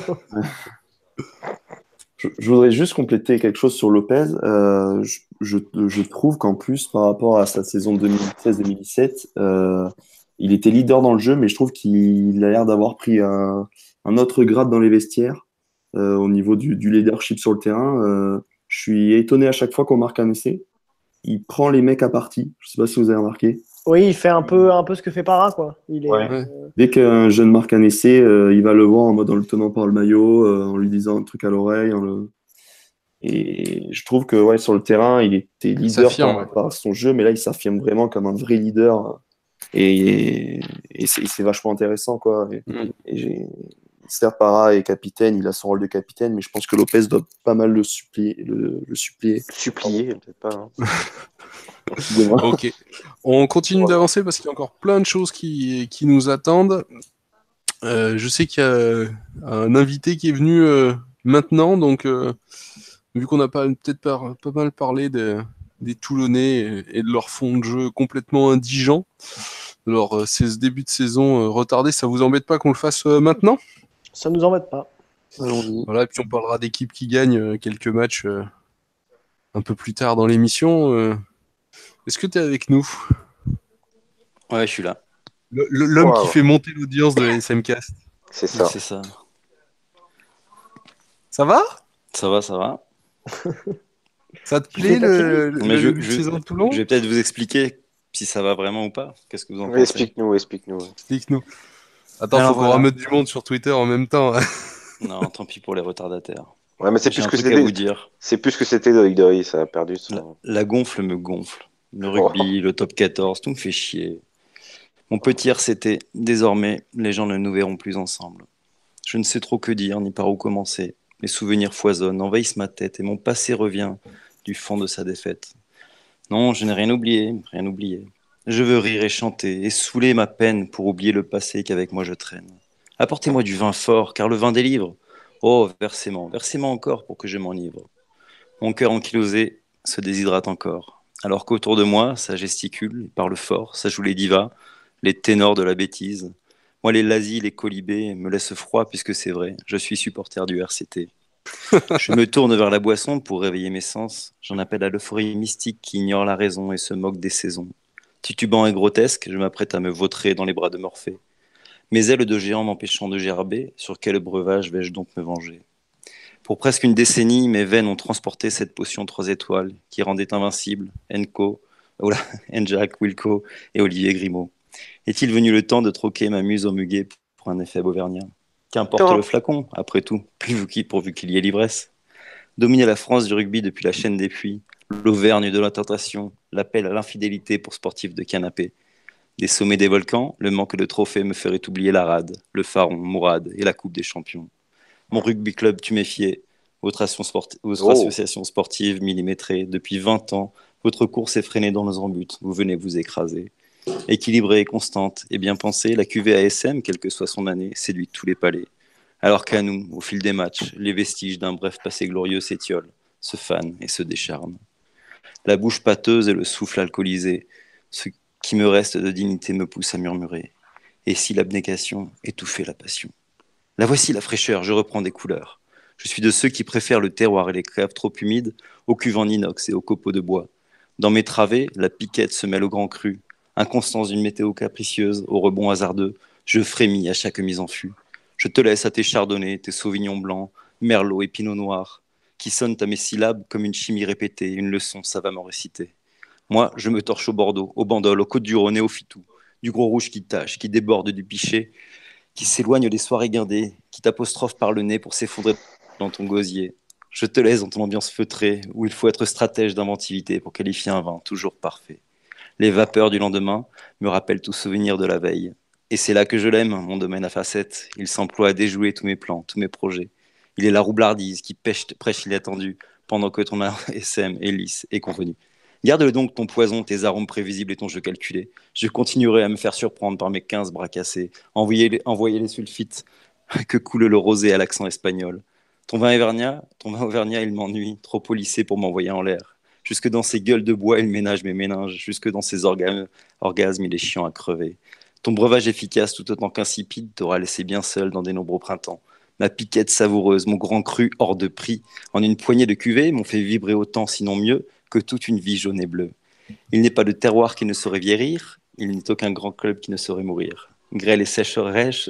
je voudrais juste compléter quelque chose sur Lopez. Je trouve qu'en plus, par rapport à sa saison 2016-2017, il était leader dans le jeu, mais je trouve qu'il a l'air d'avoir pris un autre grade dans les vestiaires au niveau du leadership sur le terrain. Je suis étonné à chaque fois qu'on marque un essai. Il prend les mecs à partie. Je sais pas si vous avez remarqué. Oui, il fait un peu ce que fait Para, quoi. Ouais. Dès qu'un jeune marque un essai, il va le voir en le tenant par le maillot, en lui disant un truc à l'oreille. Et je trouve que ouais, sur le terrain, il était leader par son jeu, mais là, il s'affirme vraiment comme un vrai leader. Et c'est vachement intéressant, quoi. Certes, Para est capitaine, il a son rôle de capitaine, mais je pense que Lopez doit pas mal le supplier. Supplier, peut-être pas. Hein. Ok. On continue d'avancer parce qu'il y a encore plein de choses qui nous attendent. Je sais qu'il y a un invité qui est venu maintenant, donc vu qu'on a peut-être pas mal parlé des Toulonnais et de leur fond de jeu complètement indigent, alors ce début de saison retardé, ça vous embête pas qu'on le fasse maintenant ? Ça nous embête pas. Voilà, et puis on parlera d'équipes qui gagnent quelques matchs un peu plus tard dans l'émission. Est-ce que tu es avec nous ? Ouais, je suis là. L'homme qui fait monter l'audience de SMcast. C'est ça. C'est ça. Ça va ? Ça va. Ça te plaît le début de saison de Toulon ? Je vais peut-être vous expliquer si ça va vraiment ou pas. Qu'est-ce que vous en pensez ? Explique-nous. Explique-nous. Attends, faut qu'on remettre du monde sur Twitter en même temps. Non, tant pis pour les retardataires. Ouais, mais c'est plus J'ai un que truc à vous dire. C'est plus que c'était Dory, ça a perdu son... La gonfle me gonfle. Le rugby, le top 14, tout me fait chier. Mon petit RCT, désormais, les gens ne nous verront plus ensemble. Je ne sais trop que dire, ni par où commencer. Mes souvenirs foisonnent, envahissent ma tête, et mon passé revient du fond de sa défaite. Non, je n'ai rien oublié. Je veux rire et chanter, et saouler ma peine pour oublier le passé qu'avec moi je traîne. Apportez-moi du vin fort, car le vin délivre. Oh, versez-moi encore pour que je m'enivre. Mon cœur ankylosé se déshydrate encore, alors qu'autour de moi, ça gesticule, parle fort, ça joue les divas, les ténors de la bêtise. Moi, les lazis, les colibés me laissent froid puisque c'est vrai, je suis supporter du RCT. Je me tourne vers la boisson pour réveiller mes sens. J'en appelle à l'euphorie mystique qui ignore la raison et se moque des saisons. Titubant et grotesque, je m'apprête à me vautrer dans les bras de Morphée. Mes ailes de géant m'empêchant de gerber, sur quel breuvage vais-je donc me venger ? Pour presque une décennie, mes veines ont transporté cette potion 3 étoiles qui rendait invincible Jack, Wilco et Olivier Grimaud. Est-il venu le temps de troquer ma muse au muguet pour un effet auvergnat ? Qu'importe le flacon, après tout, pourvu qu'il y ait l'ivresse. Dominer la France du rugby depuis la chaîne des puits, l'Auvergne de la tentation, l'appel à l'infidélité pour sportifs de canapé. Des sommets des volcans, le manque de trophées me ferait oublier la rade, le Pharaon, Mourad et la Coupe des Champions. Mon rugby club tuméfié, votre association sportive millimétrée, depuis 20 ans, Votre course effrénée dans nos embutes, vous venez vous écraser. Équilibrée, constante et bien pensée, la cuvée ASM, quelle que soit son année, séduit tous les palais. Alors qu'à nous, au fil des matchs, les vestiges d'un bref passé glorieux s'étiolent, se fanent et se décharnent. La bouche pâteuse et le souffle alcoolisé, ce qui me reste de dignité me pousse à murmurer. Et si l'abnégation étouffait la passion? La voici la fraîcheur, je reprends des couleurs. Je suis de ceux qui préfèrent le terroir et les caves trop humides aux cuves en inox et aux copeaux de bois. Dans mes travées, la piquette se mêle au grand cru. Inconstance d'une météo capricieuse, au rebond hasardeux, je frémis à chaque mise en fût. Je te laisse à tes chardonnays, tes sauvignons blancs, merlot et pinot noir, qui sonnent à mes syllabes comme une chimie répétée, une leçon savamment récitée. Moi, je me torche au Bordeaux, au Bandol, aux Côtes-du-Rhône et au Fitou, du gros rouge qui tâche, qui déborde du pichet, qui s'éloigne des soirées guindées, qui t'apostrophe par le nez pour s'effondrer dans ton gosier. Je te laisse dans ton ambiance feutrée, où il faut être stratège d'inventivité pour qualifier un vin toujours parfait. Les vapeurs du lendemain me rappellent tout souvenir de la veille. Et c'est là que je l'aime, mon domaine à facettes. Il s'emploie à déjouer tous mes plans, tous mes projets. Il est la roublardise qui prêche l'inattendu, pendant que ton ASM est lisse et convenu. Garde donc ton poison, tes arômes prévisibles et ton jeu calculé. Je continuerai à me faire surprendre par mes 15 bras cassés. Envoyez les sulfites que coule le rosé à l'accent espagnol. Ton vin auvergnat, il m'ennuie, trop polissé pour m'envoyer en l'air. Jusque dans ses gueules de bois, il ménage mes méninges. Jusque dans ses orgasmes, il est chiant à crever. Ton breuvage efficace, tout autant qu'insipide, t'aura laissé bien seul dans des nombreux printemps. Ma piquette savoureuse, mon grand cru hors de prix, en une poignée de cuvées, m'ont fait vibrer autant, sinon mieux, que toute une vie jaune et bleue. Il n'est pas de terroir qui ne saurait vieillir, il n'est aucun grand club qui ne saurait mourir. Grêle et sécheresse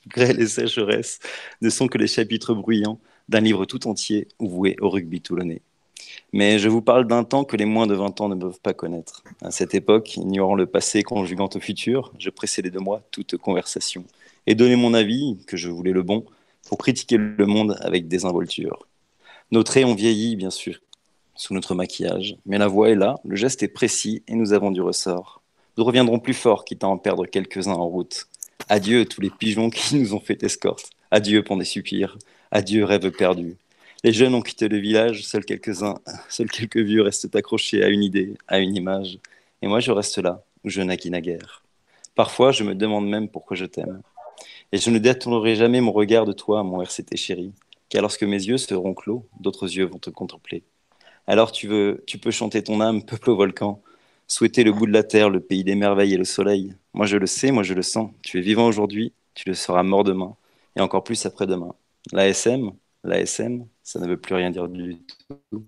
ne sont que les chapitres bruyants d'un livre tout entier voué au rugby toulonnais. Mais je vous parle d'un temps que les moins de 20 ans ne peuvent pas connaître. À cette époque, ignorant le passé, conjuguant au futur, je précédais de moi toute conversation et donnais mon avis, que je voulais le bon, pour critiquer le monde avec désinvolture. Nos traits ont vieilli, bien sûr, sous notre maquillage, mais la voix est là, le geste est précis et nous avons du ressort. Nous reviendrons plus forts, quitte à en perdre quelques-uns en route. Adieu tous les pigeons qui nous ont fait escorte. Adieu pour des soupirs. Adieu rêves perdus. Les jeunes ont quitté le village, seuls quelques vieux restent accrochés à une idée, à une image. Et moi, je reste là, où je naquis naguère. Parfois, je me demande même pourquoi je t'aime. Et je ne détournerai jamais mon regard de toi, mon RCT chéri, car lorsque mes yeux seront clos, d'autres yeux vont te contempler. Alors tu peux chanter ton âme, peuple au volcan, souhaiter le bout de la terre, le pays des merveilles et le soleil. Moi je le sais, moi je le sens. Tu es vivant aujourd'hui, tu le seras mort demain, et encore plus après-demain. L'ASM, ça ne veut plus rien dire du tout.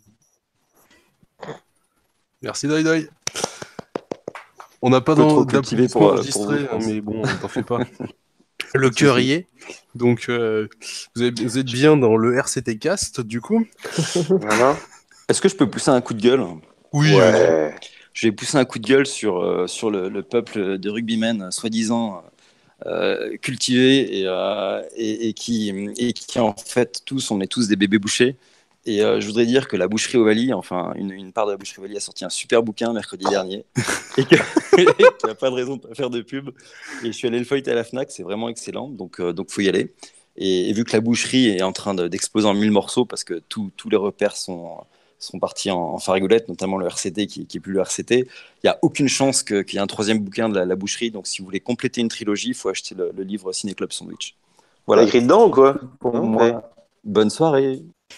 Merci Doi Doi. On n'a pas d'applaudissements enregistrés, mais bon, t'en fais pas. Le cœur y est. Donc, vous êtes bien dans le RCT Cast, du coup. Voilà. Est-ce que je peux pousser un coup de gueule? Oui. Ouais. Je vais pousser un coup de gueule sur le peuple de rugbymen, soi-disant cultivés et qui en fait on est tous des bébés bouchés. Et je voudrais dire que la boucherie Ovalie, enfin une part de la boucherie Ovalie a sorti un super bouquin mercredi dernier et qu'il n'y a pas de raison de pas faire de pub. Et je suis allé le feuilleter à la Fnac, c'est vraiment excellent, donc faut y aller. Et vu que la boucherie est en train d'exploser en 1000 morceaux parce que tous les repères sont partis en farigoulette, notamment le RCT qui est plus le RCT. Il n'y a aucune chance qu'il y ait un troisième bouquin de la boucherie. Donc, si vous voulez compléter une trilogie, il faut acheter le livre Ciné Club Sandwich. Voilà. T'as écrit dedans ou quoi? Pour moi, bonne soirée.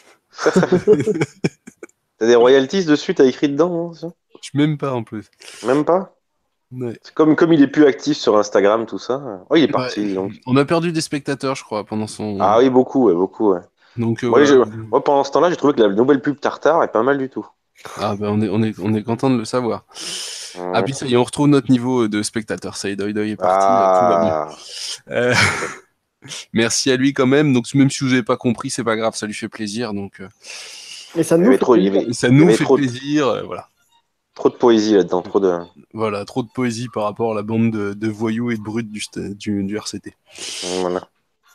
T'as des royalties dessus, t'as écrit dedans? Hein, je même pas en plus. Même pas? Ouais. C'est comme il est plus actif sur Instagram, tout ça. Oh, il est parti. Donc. On a perdu des spectateurs, je crois, pendant son. Ah oui, beaucoup, ouais. Donc, moi, pendant ce temps-là, j'ai trouvé que la nouvelle pub Tartare est pas mal du tout. Ah ben on est content de le savoir. Ouais. Ah puis ça y est, on retrouve notre niveau de spectateur. Ça y est, Doi Doi est parti, tout va bien. Merci à lui quand même. Donc même si vous n'avez pas compris, c'est pas grave, ça lui fait plaisir. Donc. Et ça nous fait plaisir, voilà. Trop de poésie là-dedans, Voilà, trop de poésie par rapport à la bande de voyous et de brutes du RCT. Voilà.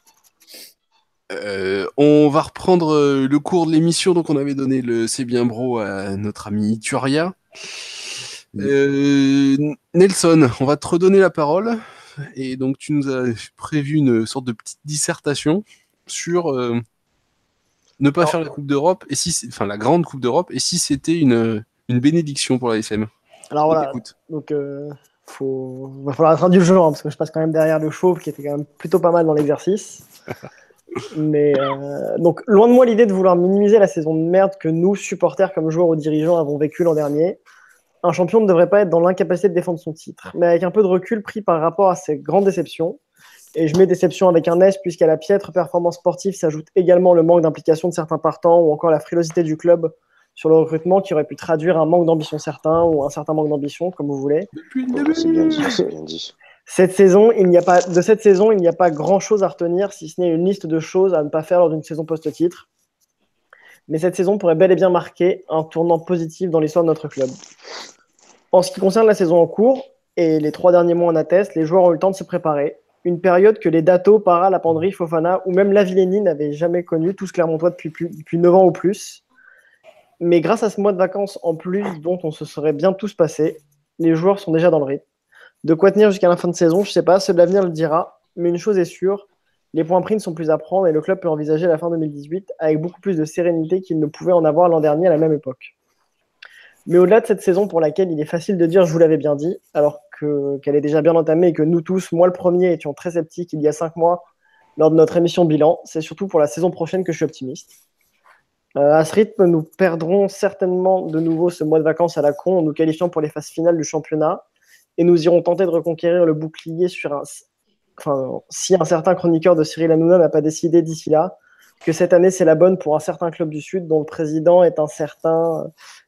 On va reprendre le cours de l'émission. Donc on avait donné le C'est bien bro à notre ami Ituria. Nelson, on va te redonner la parole. Et donc tu nous as prévu une sorte de petite dissertation sur ne pas faire la Coupe d'Europe, et la grande Coupe d'Europe, et si c'était une une bénédiction pour la SM. Alors voilà, donc va falloir être indulgent, parce que je passe quand même derrière le chauve qui était quand même plutôt pas mal dans l'exercice. Mais donc, loin de moi l'idée de vouloir minimiser la saison de merde que nous, supporters comme joueurs ou dirigeants, avons vécu l'an dernier. Un champion ne devrait pas être dans l'incapacité de défendre son titre, mais avec un peu de recul pris par rapport à ses grandes déceptions. Et je mets déception avec un S, puisqu'à la piètre performance sportive s'ajoute également le manque d'implication de certains partants ou encore la frilosité du club sur le recrutement qui aurait pu traduire un manque d'ambition certain ou un certain manque d'ambition, comme vous voulez. C'est bien dit, c'est bien dit. De cette saison, il n'y a pas grand-chose à retenir, si ce n'est une liste de choses à ne pas faire lors d'une saison post-titre. Mais cette saison pourrait bel et bien marquer un tournant positif dans l'histoire de notre club. En ce qui concerne la saison en cours, et les 3 derniers mois en attestent, les joueurs ont eu le temps de se préparer. Une période que les Dato, Para, Lapendry, Fofana ou même Lavillenie n'avaient jamais connue, tous Clermontois depuis 9 ans ou plus. Mais grâce à ce mois de vacances en plus, dont on se serait bien tous passés, les joueurs sont déjà dans le rythme. De quoi tenir jusqu'à la fin de saison, je ne sais pas, seul l'avenir le dira. Mais une chose est sûre, les points pris ne sont plus à prendre et le club peut envisager la fin 2018 avec beaucoup plus de sérénité qu'il ne pouvait en avoir l'an dernier à la même époque. Mais au-delà de cette saison pour laquelle il est facile de dire « je vous l'avais bien dit », alors qu'elle est déjà bien entamée et que nous tous, moi le premier, étions très sceptiques il y a 5 mois lors de notre émission bilan, c'est surtout pour la saison prochaine que je suis optimiste. À ce rythme, nous perdrons certainement de nouveau ce mois de vacances à la con en nous qualifiant pour les phases finales du championnat et nous irons tenter de reconquérir le bouclier si un certain chroniqueur de Cyril Hanouna n'a pas décidé d'ici là que cette année c'est la bonne pour un certain club du Sud dont le président est un certain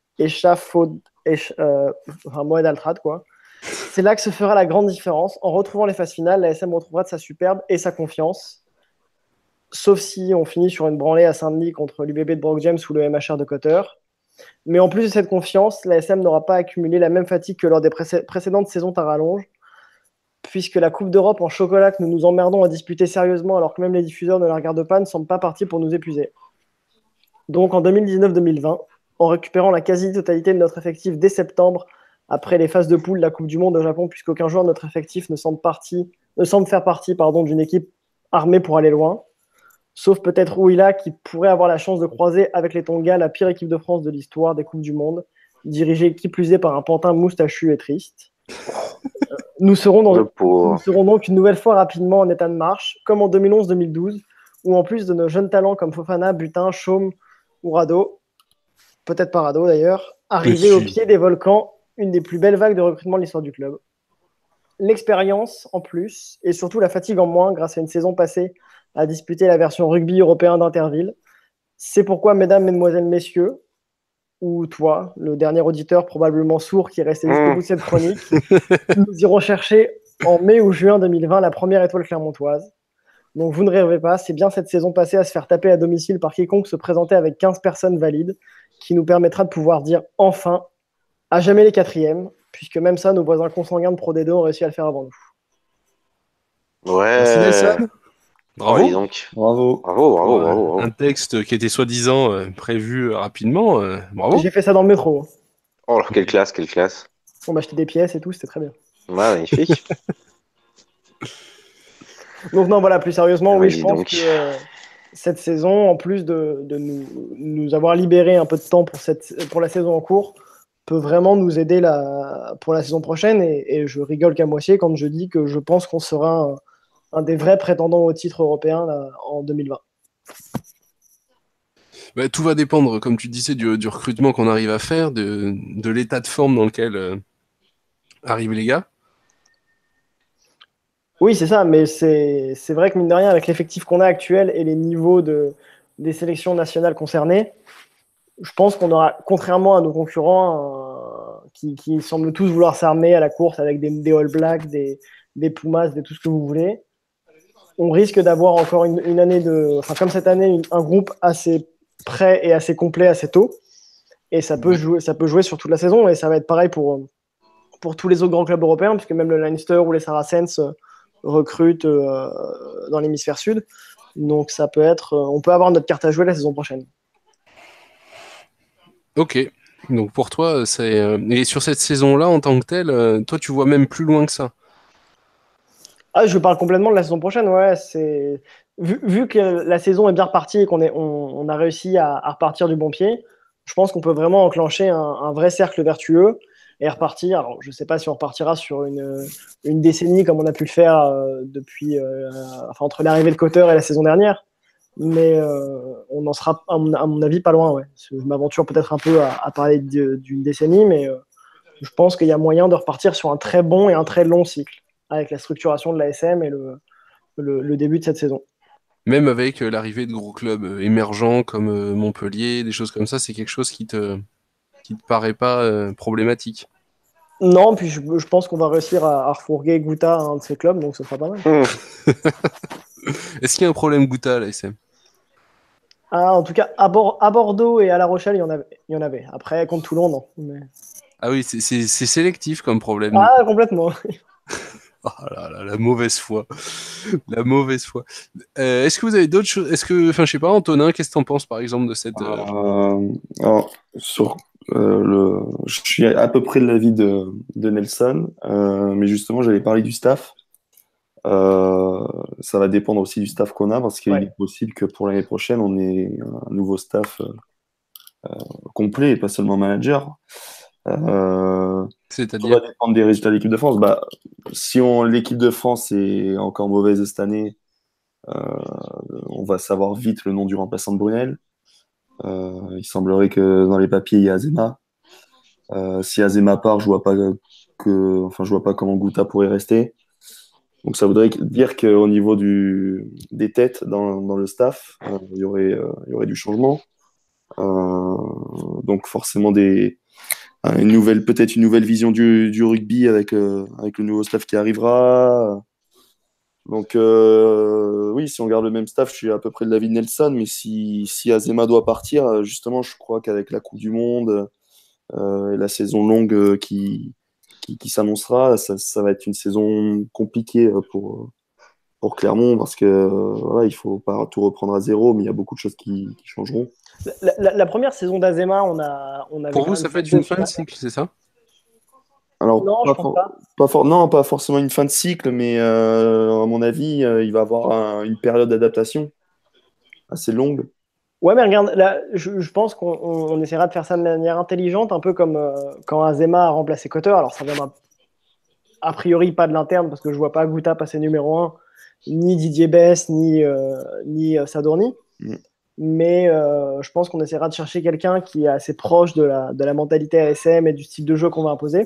Moed Altrad, quoi. C'est là que se fera la grande différence. En retrouvant les phases finales, la SM retrouvera de sa superbe et sa confiance. Sauf si on finit sur une branlée à Saint-Denis contre l'UBB de Brock James ou le MHR de Cotter. Mais en plus de cette confiance, la SM n'aura pas accumulé la même fatigue que lors des précédentes saisons à rallonge, puisque la Coupe d'Europe en chocolat que nous nous emmerdons à disputer sérieusement alors que même les diffuseurs ne la regardent pas ne semblent pas partis pour nous épuiser. Donc en 2019-2020, en récupérant la quasi-totalité de notre effectif dès septembre, après les phases de poule de la Coupe du Monde au Japon, puisqu'aucun joueur de notre effectif ne semble faire partie d'une équipe armée pour aller loin, sauf peut-être Ouila qui pourrait avoir la chance de croiser avec les Tonga la pire équipe de France de l'histoire des Coupes du Monde, dirigée qui plus est par un pantin moustachu et triste. Nous serons donc une nouvelle fois rapidement en état de marche, comme en 2011-2012, où en plus de nos jeunes talents comme Fofana, Butin, Chaume ou Rado, peut-être pas Rado d'ailleurs, arriver au pied des volcans, une des plus belles vagues de recrutement de l'histoire du club. L'expérience en plus, et surtout la fatigue en moins, grâce à une saison passée à disputer la version rugby européen d'Interville. C'est pourquoi, mesdames, mesdemoiselles, messieurs, ou toi, le dernier auditeur probablement sourd qui est resté jusqu'au bout de cette chronique, nous irons chercher en mai ou juin 2020 la première étoile clermontoise. Donc vous ne rêvez pas, c'est bien cette saison passée à se faire taper à domicile par quiconque se présentait avec 15 personnes valides qui nous permettra de pouvoir dire enfin à jamais les 4e, puisque même ça, nos voisins consanguins de Pro D2 ont réussi à le faire avant nous. Ouais. Merci Nelson. Bravo. Donc. Bravo. Un texte qui était soi-disant prévu rapidement. Bravo. J'ai fait ça dans le métro. Oh, quelle classe. On m'a acheté des pièces et tout, c'était très bien. Ouais, magnifique. Donc non, voilà, plus sérieusement, oui, Oui, je pense que cette saison, en plus de nous avoir libéré un peu de temps pour la saison en cours, peut vraiment nous aider pour la saison prochaine. Et je rigole qu'à moitié quand je dis que je pense qu'on sera un des vrais prétendants au titre européen là, en 2020. Bah, tout va dépendre, comme tu disais, du recrutement qu'on arrive à faire, de l'état de forme dans lequel arrivent les gars. Oui, c'est ça, mais c'est vrai que mine de rien, avec l'effectif qu'on a actuel et les niveaux des sélections nationales concernées, je pense qu'on aura, contrairement à nos concurrents qui semblent tous vouloir s'armer à la course avec des All Blacks, des Pumas, tout ce que vous voulez, on risque d'avoir encore une année comme cette année, un groupe assez prêt et assez complet assez tôt. Et ça peut jouer sur toute la saison. Et ça va être pareil pour tous les autres grands clubs européens, puisque même le Leinster ou les Saracens recrutent dans l'hémisphère sud. Donc ça peut être, on peut avoir notre carte à jouer la saison prochaine. Ok. Donc pour toi, et sur cette saison-là, en tant que telle, toi tu vois même plus loin que ça. Ah, je parle complètement de la saison prochaine, ouais. Vu que la saison est bien repartie et qu'on a réussi à repartir du bon pied, je pense qu'on peut vraiment enclencher un vrai cercle vertueux et repartir. Alors, je ne sais pas si on repartira sur une décennie comme on a pu le faire depuis, entre l'arrivée de Cotter et la saison dernière, mais on en sera, à mon avis, pas loin. Ouais. Je m'aventure peut-être un peu à parler d'une décennie, mais je pense qu'il y a moyen de repartir sur un très bon et un très long cycle avec la structuration de l'ASM et le début de cette saison. Même avec l'arrivée de gros clubs émergents comme Montpellier, des choses comme ça, c'est quelque chose qui te paraît pas problématique. Non, puis je pense qu'on va réussir à refourguer Gouta à un de ces clubs, donc ce sera pas mal. Est-ce qu'il y a un problème Gouta à la SM? Ah, en tout cas, à Bordeaux et à La Rochelle, il y en avait. Après, contre Toulon, non. Mais... Ah oui, c'est sélectif comme problème. Ah, complètement. Oh là là, la mauvaise foi. La mauvaise foi. Est-ce que vous avez d'autres choses? Est-ce que, enfin, je sais pas, Antonin, qu'est-ce que t'en penses par exemple de cette. Alors, je suis à peu près de l'avis de Nelson, mais justement, j'allais parler du staff. Ça va dépendre aussi du staff qu'on a, parce qu'il est possible que pour l'année prochaine, on ait un nouveau staff complet et pas seulement manager. Ça va C'est-à-dire? dépendre des résultats de l'équipe de France. Si l'équipe de France est encore mauvaise cette année, on va savoir vite le nom du remplaçant de Brunel. Il semblerait que dans les papiers, il y a Azema. Si Azema part, je vois pas comment Gouta pourrait rester. Donc ça voudrait dire qu'au niveau des têtes dans le staff, il y aurait du changement. Donc forcément peut-être une nouvelle vision du rugby avec le nouveau staff qui arrivera. Donc oui, si on garde le même staff, je suis à peu près de l'avis de Nelson, mais si Azema doit partir, justement, je crois qu'avec la Coupe du Monde et la saison longue qui s'annoncera, ça va être une saison compliquée pour Clermont, parce que voilà, il faut pas tout reprendre à zéro, mais il y a beaucoup de choses qui changeront. La première saison d'Azema, on avait Pour vous, ça peut être une fin de cycle, c'est ça? Alors, non, je pense pas. Non, pas forcément une fin de cycle, mais à mon avis, il va avoir une période d'adaptation assez longue. Ouais, mais regarde, là, je pense qu'on essaiera de faire ça de manière intelligente, un peu comme quand Azema a remplacé Cotter. Alors, ça viendra a priori pas de l'interne, parce que je vois pas Gouta passer numéro 1, ni Didier Bess, ni Sadourny. Mais je pense qu'on essaiera de chercher quelqu'un qui est assez proche de la mentalité ASM et du style de jeu qu'on va imposer.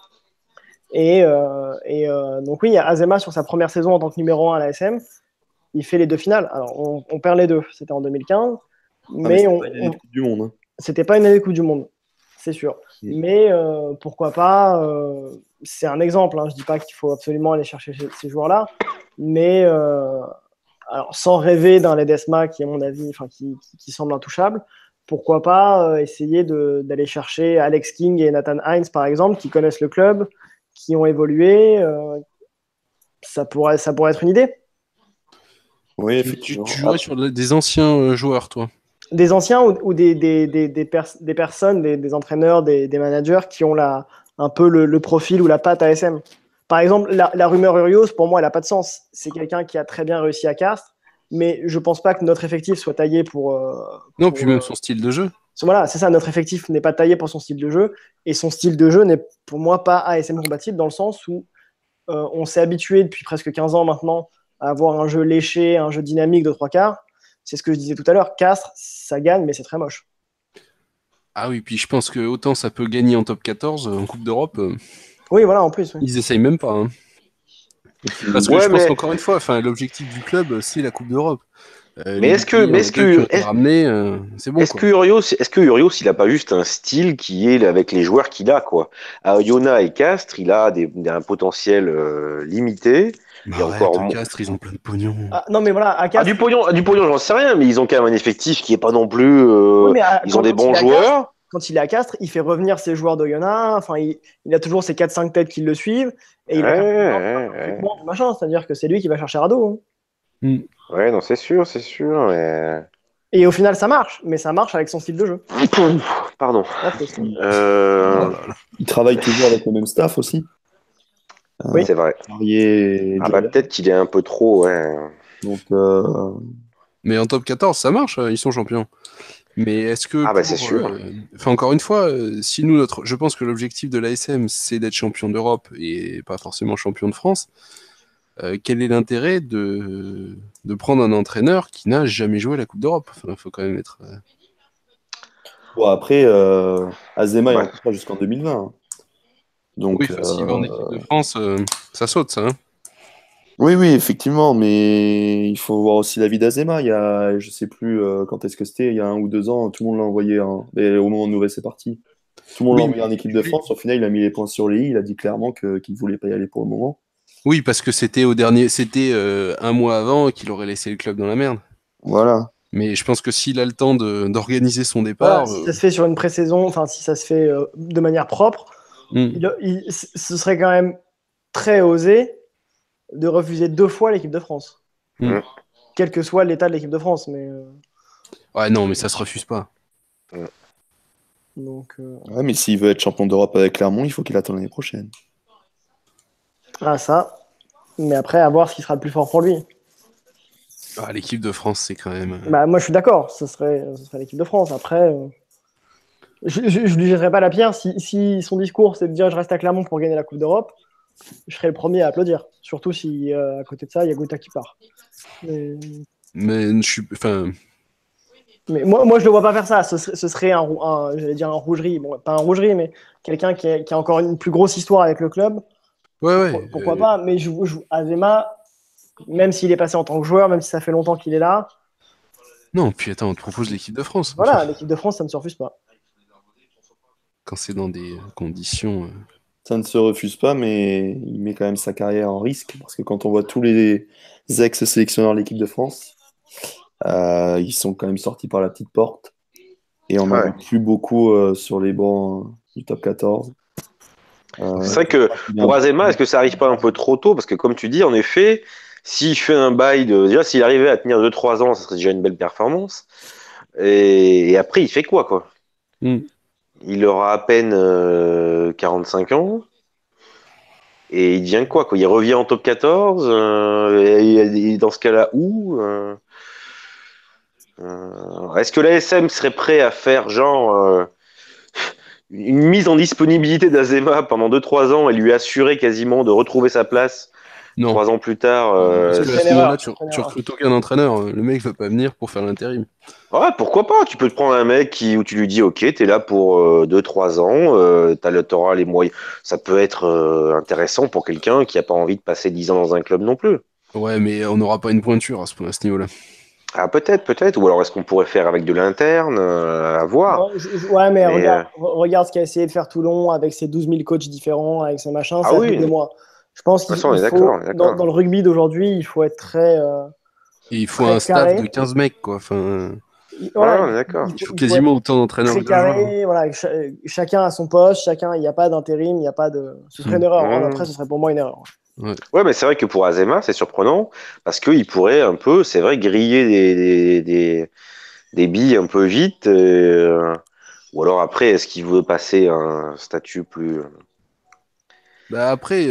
Et donc oui, il y a Azema sur sa première saison en tant que numéro 1 à l'ASM. Il fait les 2 finales. Alors, on perd les 2. C'était en 2015. Mais c'était pas une année de Coupe du Monde, c'est sûr. Mais pourquoi pas, c'est un exemple. Je dis pas qu'il faut absolument aller chercher ces joueurs-là. Mais alors, sans rêver d'un Ledesma qui, à mon avis, qui semble intouchable, pourquoi pas essayer d'aller chercher Alex King et Nathan Hines, par exemple, qui connaissent le club, qui ont évolué. Ça pourrait être une idée. Oui, effectivement. Tu jouerais sur des anciens joueurs, toi? Des anciens ou des personnes, des entraîneurs, des managers qui ont un peu le profil ou la patte ASM. Par exemple, la rumeur Urios, pour moi, elle n'a pas de sens. C'est quelqu'un qui a très bien réussi à Castres, mais je ne pense pas que notre effectif soit taillé pour... non, puis même son style de jeu. Voilà, c'est ça, notre effectif n'est pas taillé pour son style de jeu, et son style de jeu n'est pour moi pas ASM compatible, dans le sens où on s'est habitué depuis presque 15 ans maintenant à avoir un jeu léché, un jeu dynamique de 3/4. C'est ce que je disais tout à l'heure, Castres, ça gagne, mais c'est très moche. Ah oui, puis je pense que autant ça peut gagner en top 14, en Coupe d'Europe. Oui, voilà, en plus. Oui. Ils essayent même pas. Hein. Parce que je pense qu'encore une fois, l'objectif du club, c'est la Coupe d'Europe. Mais est-ce que c'est bon. Est-ce que Urios, il a pas juste un style qui est avec les joueurs qu'il a, quoi. À Oyonnax et Castres, il a un potentiel limité. Et encore Castres, ils ont plein de pognon. Ah, non, mais voilà, à Castres... du pognon, j'en sais rien, mais ils ont quand même un effectif qui est pas non plus. Ils ont des bons joueurs. Quand il est à Castres, il fait revenir ses joueurs d'Oyonnax. Enfin, il a toujours ses 4-5 têtes qui le suivent. Et il a machin, c'est-à-dire que c'est lui qui va chercher Rado. Hein. Ouais, non, c'est sûr, mais... Et au final, ça marche, mais ça marche avec son style de jeu. Pardon. Il travaille toujours avec le même staff aussi. Oui, c'est vrai. Peut-être qu'il est un peu trop, ouais. Donc, mais en top 14, ça marche, ils sont champions. Mais est-ce que c'est sûr. Enfin, encore une fois, si nous, je pense que l'objectif de l'ASM, c'est d'être champion d'Europe et pas forcément champion de France, quel est l'intérêt de prendre un entraîneur qui n'a jamais joué à la Coupe d'Europe? Enfin, il faut quand même être... Bon, après, Azema est Ouais. en contrat jusqu'en 2020. Hein. Donc, Oui, s'il va en équipe de France, ça saute, ça. Hein. oui, effectivement, mais il faut voir aussi l'avis d'Azema. Il y a, je sais plus quand est-ce que c'était, il y a 1 ou 2 ans, tout le monde l'a envoyé, mais au moment où Nouvelle c'est parti. Tout le monde l'a Oui, envoyé en équipe de France. Au final, il a mis les points sur les i. Il a dit clairement qu'il ne voulait pas y aller pour le moment. oui, parce que c'était un mois avant qu'il aurait laissé le club dans la merde. Voilà. Mais je pense que s'il a le temps d'organiser son Voilà, départ, si ça se fait sur une pré-saison, enfin si ça se fait de manière propre, ce serait quand même très osé de refuser 2 fois l'équipe de France. Mm. Quel que soit l'état de l'équipe de France. Mais, ouais, non, mais ça se refuse pas. donc, Ouais, mais s'il veut être champion d'Europe avec Clermont, il faut qu'il attende l'année prochaine. ah, ça. Mais après, à voir ce qui sera le plus fort pour lui. Ah, l'équipe de France, c'est quand même... Bah, moi, je suis d'accord. Ce serait l'équipe de France. Après, je lui jetterai pas la pierre. Si son discours, c'est de dire je reste à Clermont pour gagner la Coupe d'Europe, je serai le premier à applaudir. Surtout si, à côté de ça, il y a Gouta qui part. Mais je suis... Enfin... Mais moi, je le vois pas faire ça. Ce serait j'allais dire un rougerie. Bon, pas un rougerie, mais quelqu'un qui a encore une plus grosse histoire avec le club. Ouais. Pourquoi pas? Mais Azema, même s'il est passé en tant que joueur, même si ça fait longtemps qu'il est là. Non, puis attends, on te propose l'équipe de France. Voilà, Enfin, l'équipe de France, ça ne se refuse pas. quand c'est dans des conditions... Ça ne se refuse pas, mais il met quand même sa carrière en risque. Parce que quand on voit tous les ex-sélectionneurs de l'équipe de France, ils sont quand même sortis par la petite porte. Et on n'en a plus beaucoup sur les bancs du top 14. C'est vrai que pour Azema, est-ce que ça arrive pas un peu trop tôt? Parce que comme tu dis, en effet, s'il fait un bail déjà s'il arrivait à tenir 2-3 ans, ça serait déjà une belle performance. Et après, il fait quoi? Il aura à peine 45 ans. Et il devient quoi? Il revient en top 14? Et dans ce cas-là, où? Est-ce que l'ASM serait prêt à faire genre une mise en disponibilité d'Azema pendant 2-3 ans et lui assurer quasiment de retrouver sa place Non. 3 ans plus tard? Parce que à ce moment-là, tu recrutes aucun entraîneur. Le mec va pas venir pour faire l'intérim. Ouais, pourquoi pas? Tu peux te prendre un mec où tu lui dis, ok, t'es là pour 2-3 ans, t'auras les moyens. Ça peut être intéressant pour quelqu'un qui a pas envie de passer 10 ans dans un club non plus. Ouais, mais on n'aura pas une pointure à ce niveau-là. Ah, peut-être. Ou alors est-ce qu'on pourrait faire avec de l'interne? À voir. Ouais, mais regarde ce qu'a essayé de faire Toulon avec ses 12 000 coachs différents, avec ses machins, ça a pris des mois. Je pense qu'il faut, dans le rugby d'aujourd'hui, il faut être très. Et il faut un staff de 15 mecs, quoi. Enfin, on est d'accord. Il faut quasiment autant d'entraîneurs que de joueurs. Voilà, chacun a son poste, il n'y a pas d'intérim, il n'y a pas de. Ce serait une erreur. Après, ce serait pour moi une erreur. Ouais, mais c'est vrai que pour Azema, c'est surprenant parce qu'il pourrait un peu, c'est vrai, griller des billes un peu vite. Ou alors après, est-ce qu'il veut passer un statut plus. Bah après,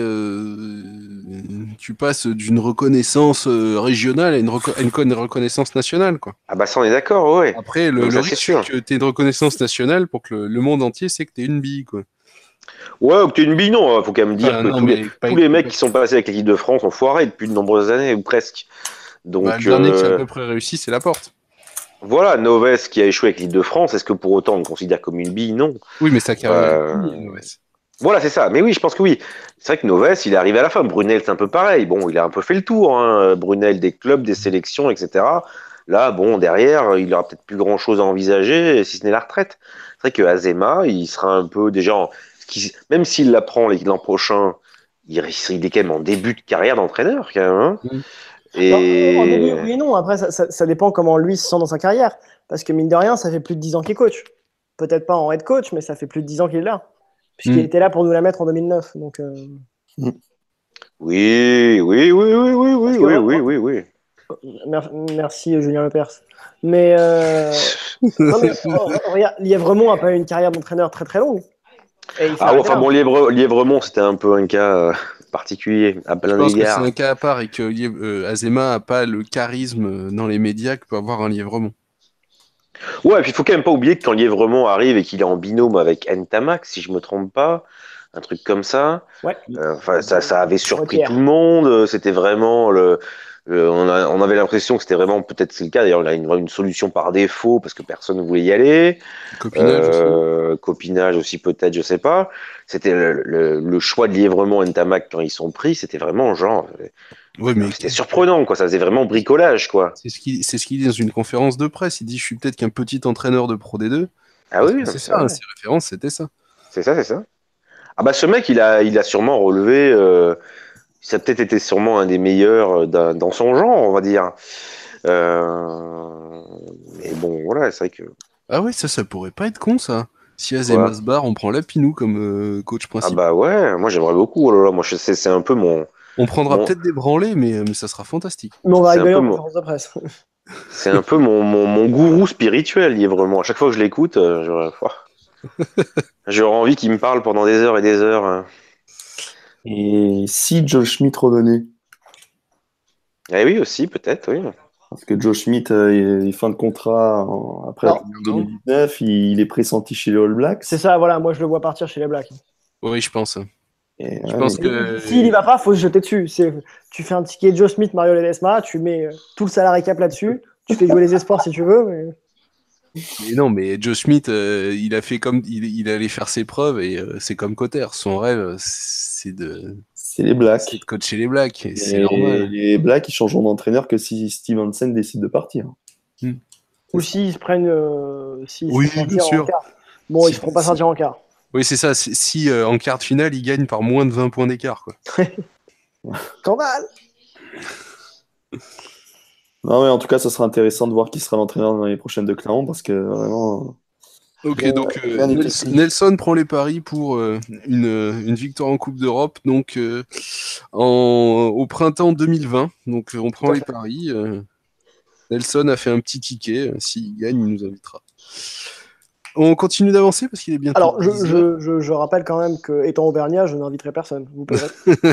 tu passes d'une reconnaissance régionale à une reconnaissance nationale, quoi. Ah bah ça, on est d'accord, ouais. Après, le risque, c'est que tu aies une reconnaissance nationale pour que le monde entier sait que tu es une bille, quoi. Ouais, ou que tu es une bille, non. Faut quand même dire que tous les mecs qui sont passés avec l'équipe de France ont foiré depuis de nombreuses années, ou presque. Donc, le dernier qui a à peu près réussi, c'est Laporte. Voilà, Noves qui a échoué avec l'équipe de France, est-ce que pour autant on le considère comme une bille? Non. Oui, mais ça carrière. Noves. Voilà, c'est ça. Mais oui, je pense que oui. C'est vrai que Noves, il est arrivé à la fin. Brunel, c'est un peu pareil. Bon, il a un peu fait le tour. Hein. Brunel, des clubs, des sélections, etc. Là, bon, derrière, il aura peut-être plus grand-chose à envisager, si ce n'est la retraite. C'est vrai que Azema, il sera un peu déjà... Même s'il l'apprend l'an prochain, il est quand même en début de carrière d'entraîneur, quand même. Hein. Et... Non, oui et non. Après, ça dépend comment lui se sent dans sa carrière. Parce que mine de rien, ça fait plus de 10 ans qu'il est coach. Peut-être pas en head coach, mais ça fait plus de 10 ans qu'il est là. Puisqu'il était là pour nous la mettre en 2009. Donc, Oui. Merci Julien Lepers. Mais, regarde, Lièvremont n'a pas eu une carrière d'entraîneur très très longue. Lièvremont, c'était un peu un cas particulier à plein d'égards. Je pense que c'est un cas à part et que Azema n'a pas le charisme dans les médias que peut avoir un Lièvremont. Ouais, et puis il faut quand même pas oublier que quand Lièvremont arrive et qu'il est en binôme avec Ntamak, si je me trompe pas, un truc comme ça, Ouais. enfin ça avait surpris Pierre. tout le monde. C'était vraiment on avait l'impression que c'était vraiment, peut-être c'est le cas d'ailleurs, il a une solution par défaut parce que personne ne voulait y aller. Copinage aussi. Copinage aussi peut-être, je sais pas. C'était le choix de Lièvremont et Ntamak quand ils sont pris, c'était vraiment genre, Ouais, mais c'était surprenant quoi. Ça faisait vraiment bricolage quoi. c'est ce qu'il dit dans une conférence de presse. Il dit, je suis peut-être qu'un petit entraîneur de Pro D2. Ah Parce oui, que non, c'est mais c'est ça, hein, vrai. ses références, c'était ça. C'est ça, c'est ça. Ah bah ce mec, il a sûrement relevé. Ça a peut-être été sûrement un des meilleurs dans son genre, on va dire. Euh, mais bon, voilà, c'est vrai que Ah ouais, ça pourrait pas être con, ça. Si Azema quoi. se barre, on prend Lapinou comme coach Ah principal. bah ouais, moi j'aimerais beaucoup. Oh là là, moi c'est un peu On prendra mon, peut-être des branlés, mais ça sera fantastique. Mais on va c'est un rigoler peu en mon, conférence de presse. c'est un peu mon gourou spirituel, il est vraiment. À chaque fois que je l'écoute, j'aurais envie qu'il me parle pendant des heures et des heures. Hein. Et si Joe Schmidt revenait? Eh oui aussi, peut-être, oui. Parce que Joe Schmidt, il est fin de contrat après la Alors, saison 2019, il est pressenti chez les All Blacks. c'est ça, voilà, moi je le vois partir chez les Blacks. Oui, je pense. Et, Je ouais, pense mais- que. S'il y va pas, faut se jeter dessus. Tu fais un ticket Joe Smith, Mario Ledesma, tu mets tout le salarié cap là-dessus, tu fais jouer les espoirs si tu veux. Mais non, mais Joe Schmidt, il a fait comme. Il allait faire ses preuves et c'est comme Cotter. Son rêve, c'est les c'est Blacks. de coacher les Blacks. Et c'est Et normal. les Blacks, ils changeront d'entraîneur que si Stevenson décide de partir. Hmm. Ou s'ils se prennent, s'ils se Oui, font bien sortir en sûr. quart. Bon, ils Si, se feront pas sortir en quart. oui, c'est ça. Si en quart de finale, il gagne par moins de 20 points d'écart, quoi. Scandale. Non, mais en tout cas, ça sera intéressant de voir qui sera l'entraîneur dans l'année prochaine de Clermont parce que vraiment, Ok, rien donc rien n'est écrit. Nelson prend les paris pour une victoire en Coupe d'Europe donc au printemps 2020. Donc on prend les paris. Nelson a fait un petit ticket. S'il gagne, il nous invitera. On continue d'avancer parce qu'il est bientôt Alors, 10 heures. je rappelle quand même que, étant auvergnat, je n'inviterai personne. Vous pouvez.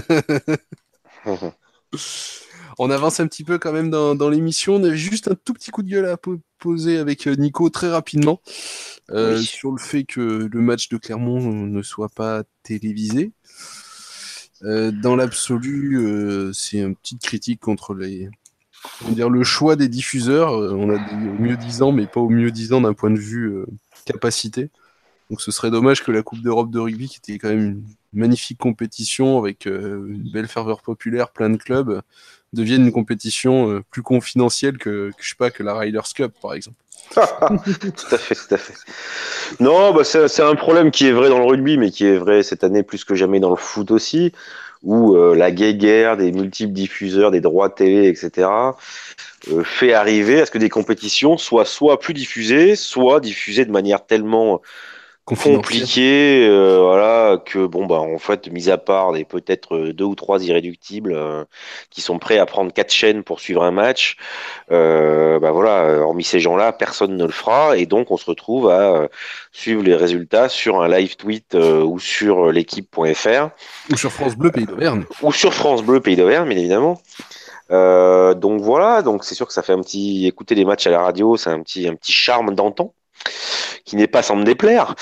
On avance un petit peu quand même dans l'émission. On avait juste un tout petit coup de gueule à poser avec Nico très rapidement Oui. sur le fait que le match de Clermont ne soit pas télévisé. Dans l'absolu, c'est une petite critique contre le choix des diffuseurs. On a des au mieux disant, mais pas au mieux disant d'un point de vue capacité. Donc ce serait dommage que la Coupe d'Europe de rugby, qui était quand même une magnifique compétition avec une belle ferveur populaire, plein de clubs, devienne une compétition plus confidentielle que je sais pas, que la Riders Cup par exemple. Tout à fait, tout à fait. Non, bah c'est un problème qui est vrai dans le rugby, mais qui est vrai cette année plus que jamais dans le foot aussi, où la guéguerre des multiples diffuseurs, des droits télé, etc., fait arriver à ce que des compétitions soient soit plus diffusées, soit diffusées de manière tellement Confidentielle. compliqué, voilà, que bon bah en fait, mis à part des peut-être deux ou trois irréductibles qui sont prêts à prendre quatre chaînes pour suivre un match, bah voilà, hormis ces gens-là, personne ne le fera et donc on se retrouve à suivre les résultats sur un live tweet ou sur l'équipe.fr Ou sur France Bleu, Pays d'Auvergne. ou sur France Bleu Pays d'Auvergne, bien évidemment. Donc voilà, donc c'est sûr que ça fait un petit écouter les matchs à la radio, c'est un petit charme d'antan qui n'est pas sans me déplaire,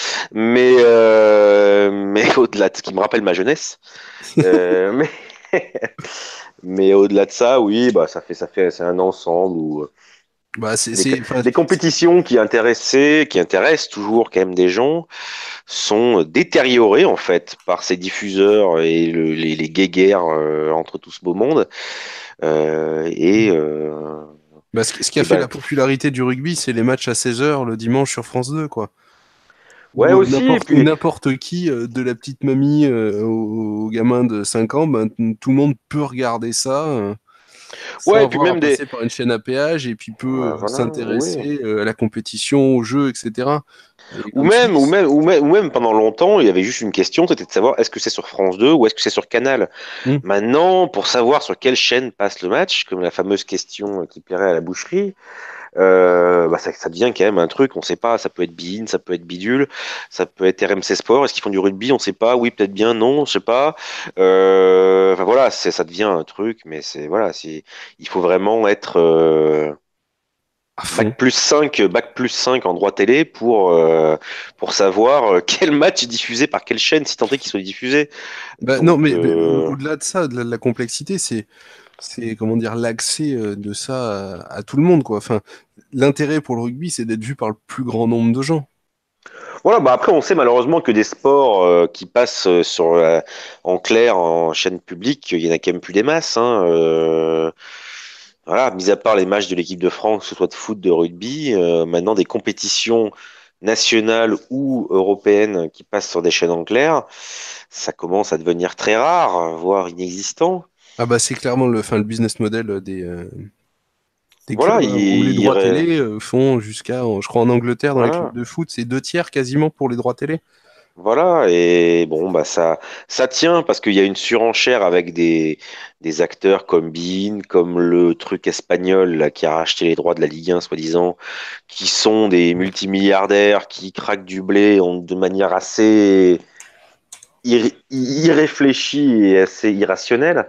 mais au-delà de ce qui me rappelle ma jeunesse. Mais mais au-delà de ça, oui, bah c'est un ensemble où Bah, les compétitions qui intéressent toujours quand même des gens sont détériorées en fait par ces diffuseurs et les guéguerres entre tout ce beau monde. Et bah, ce qui a et fait bah, la popularité du rugby, c'est les matchs à 16h le dimanche sur France 2, quoi. ouais Où aussi. Et puis, n'importe qui, de la petite mamie au gamin de 5 ans, ben, tout le monde peut regarder ça ouais, sans et puis avoir à même passer par une chaîne à péage et puis peut voilà, oui. s'intéresser à la compétition, au jeu, etc. Et Ou comme tu même, ou dis, même, ou même, ou même pendant longtemps, il y avait juste une question, c'était de savoir est-ce que c'est sur France 2 ou est-ce que c'est sur Canal. hmm, Maintenant, pour savoir sur quelle chaîne passe le match, comme la fameuse question qui plairait à la boucherie, bah ça devient quand même un truc, on sait pas, ça peut être Bein, ça peut être Bidule, ça peut être RMC Sport, est-ce qu'ils font du rugby, on sait pas, oui peut-être bien, non, je sais pas. Enfin voilà, ça devient un truc, mais il faut vraiment être fond. Bac plus 5 en droit télé pour savoir quel match est diffusé par quelle chaîne, si tant est qu'il soit diffusé. Bah, Donc, non, mais au-delà de ça, au-delà de la complexité, c'est comment dire l'accès de ça à tout le monde, quoi. Enfin, l'intérêt pour le rugby, c'est d'être vu par le plus grand nombre de gens. voilà, bah après, on sait malheureusement que des sports qui passent en clair, en chaîne publique, il y en a quand même plus des masses. Hein, voilà, mis à part les matchs de l'équipe de France, que ce soit de foot, de rugby, maintenant des compétitions nationales ou européennes qui passent sur des chaînes en clair, ça commence à devenir très rare, voire inexistant. Ah bah c'est clairement le business model des Voilà, clubs, hein, où les droits télé font jusqu'à, je crois en Angleterre, dans les clubs voilà. de foot, c'est 2 tiers quasiment pour les droits télé. Voilà, et bon, bah ça tient parce qu'il y a une surenchère avec des acteurs comme Bein, comme le truc espagnol là, qui a racheté les droits de la Ligue 1, soi-disant, qui sont des multimilliardaires qui craquent du blé de manière assez irréfléchie et assez irrationnelle.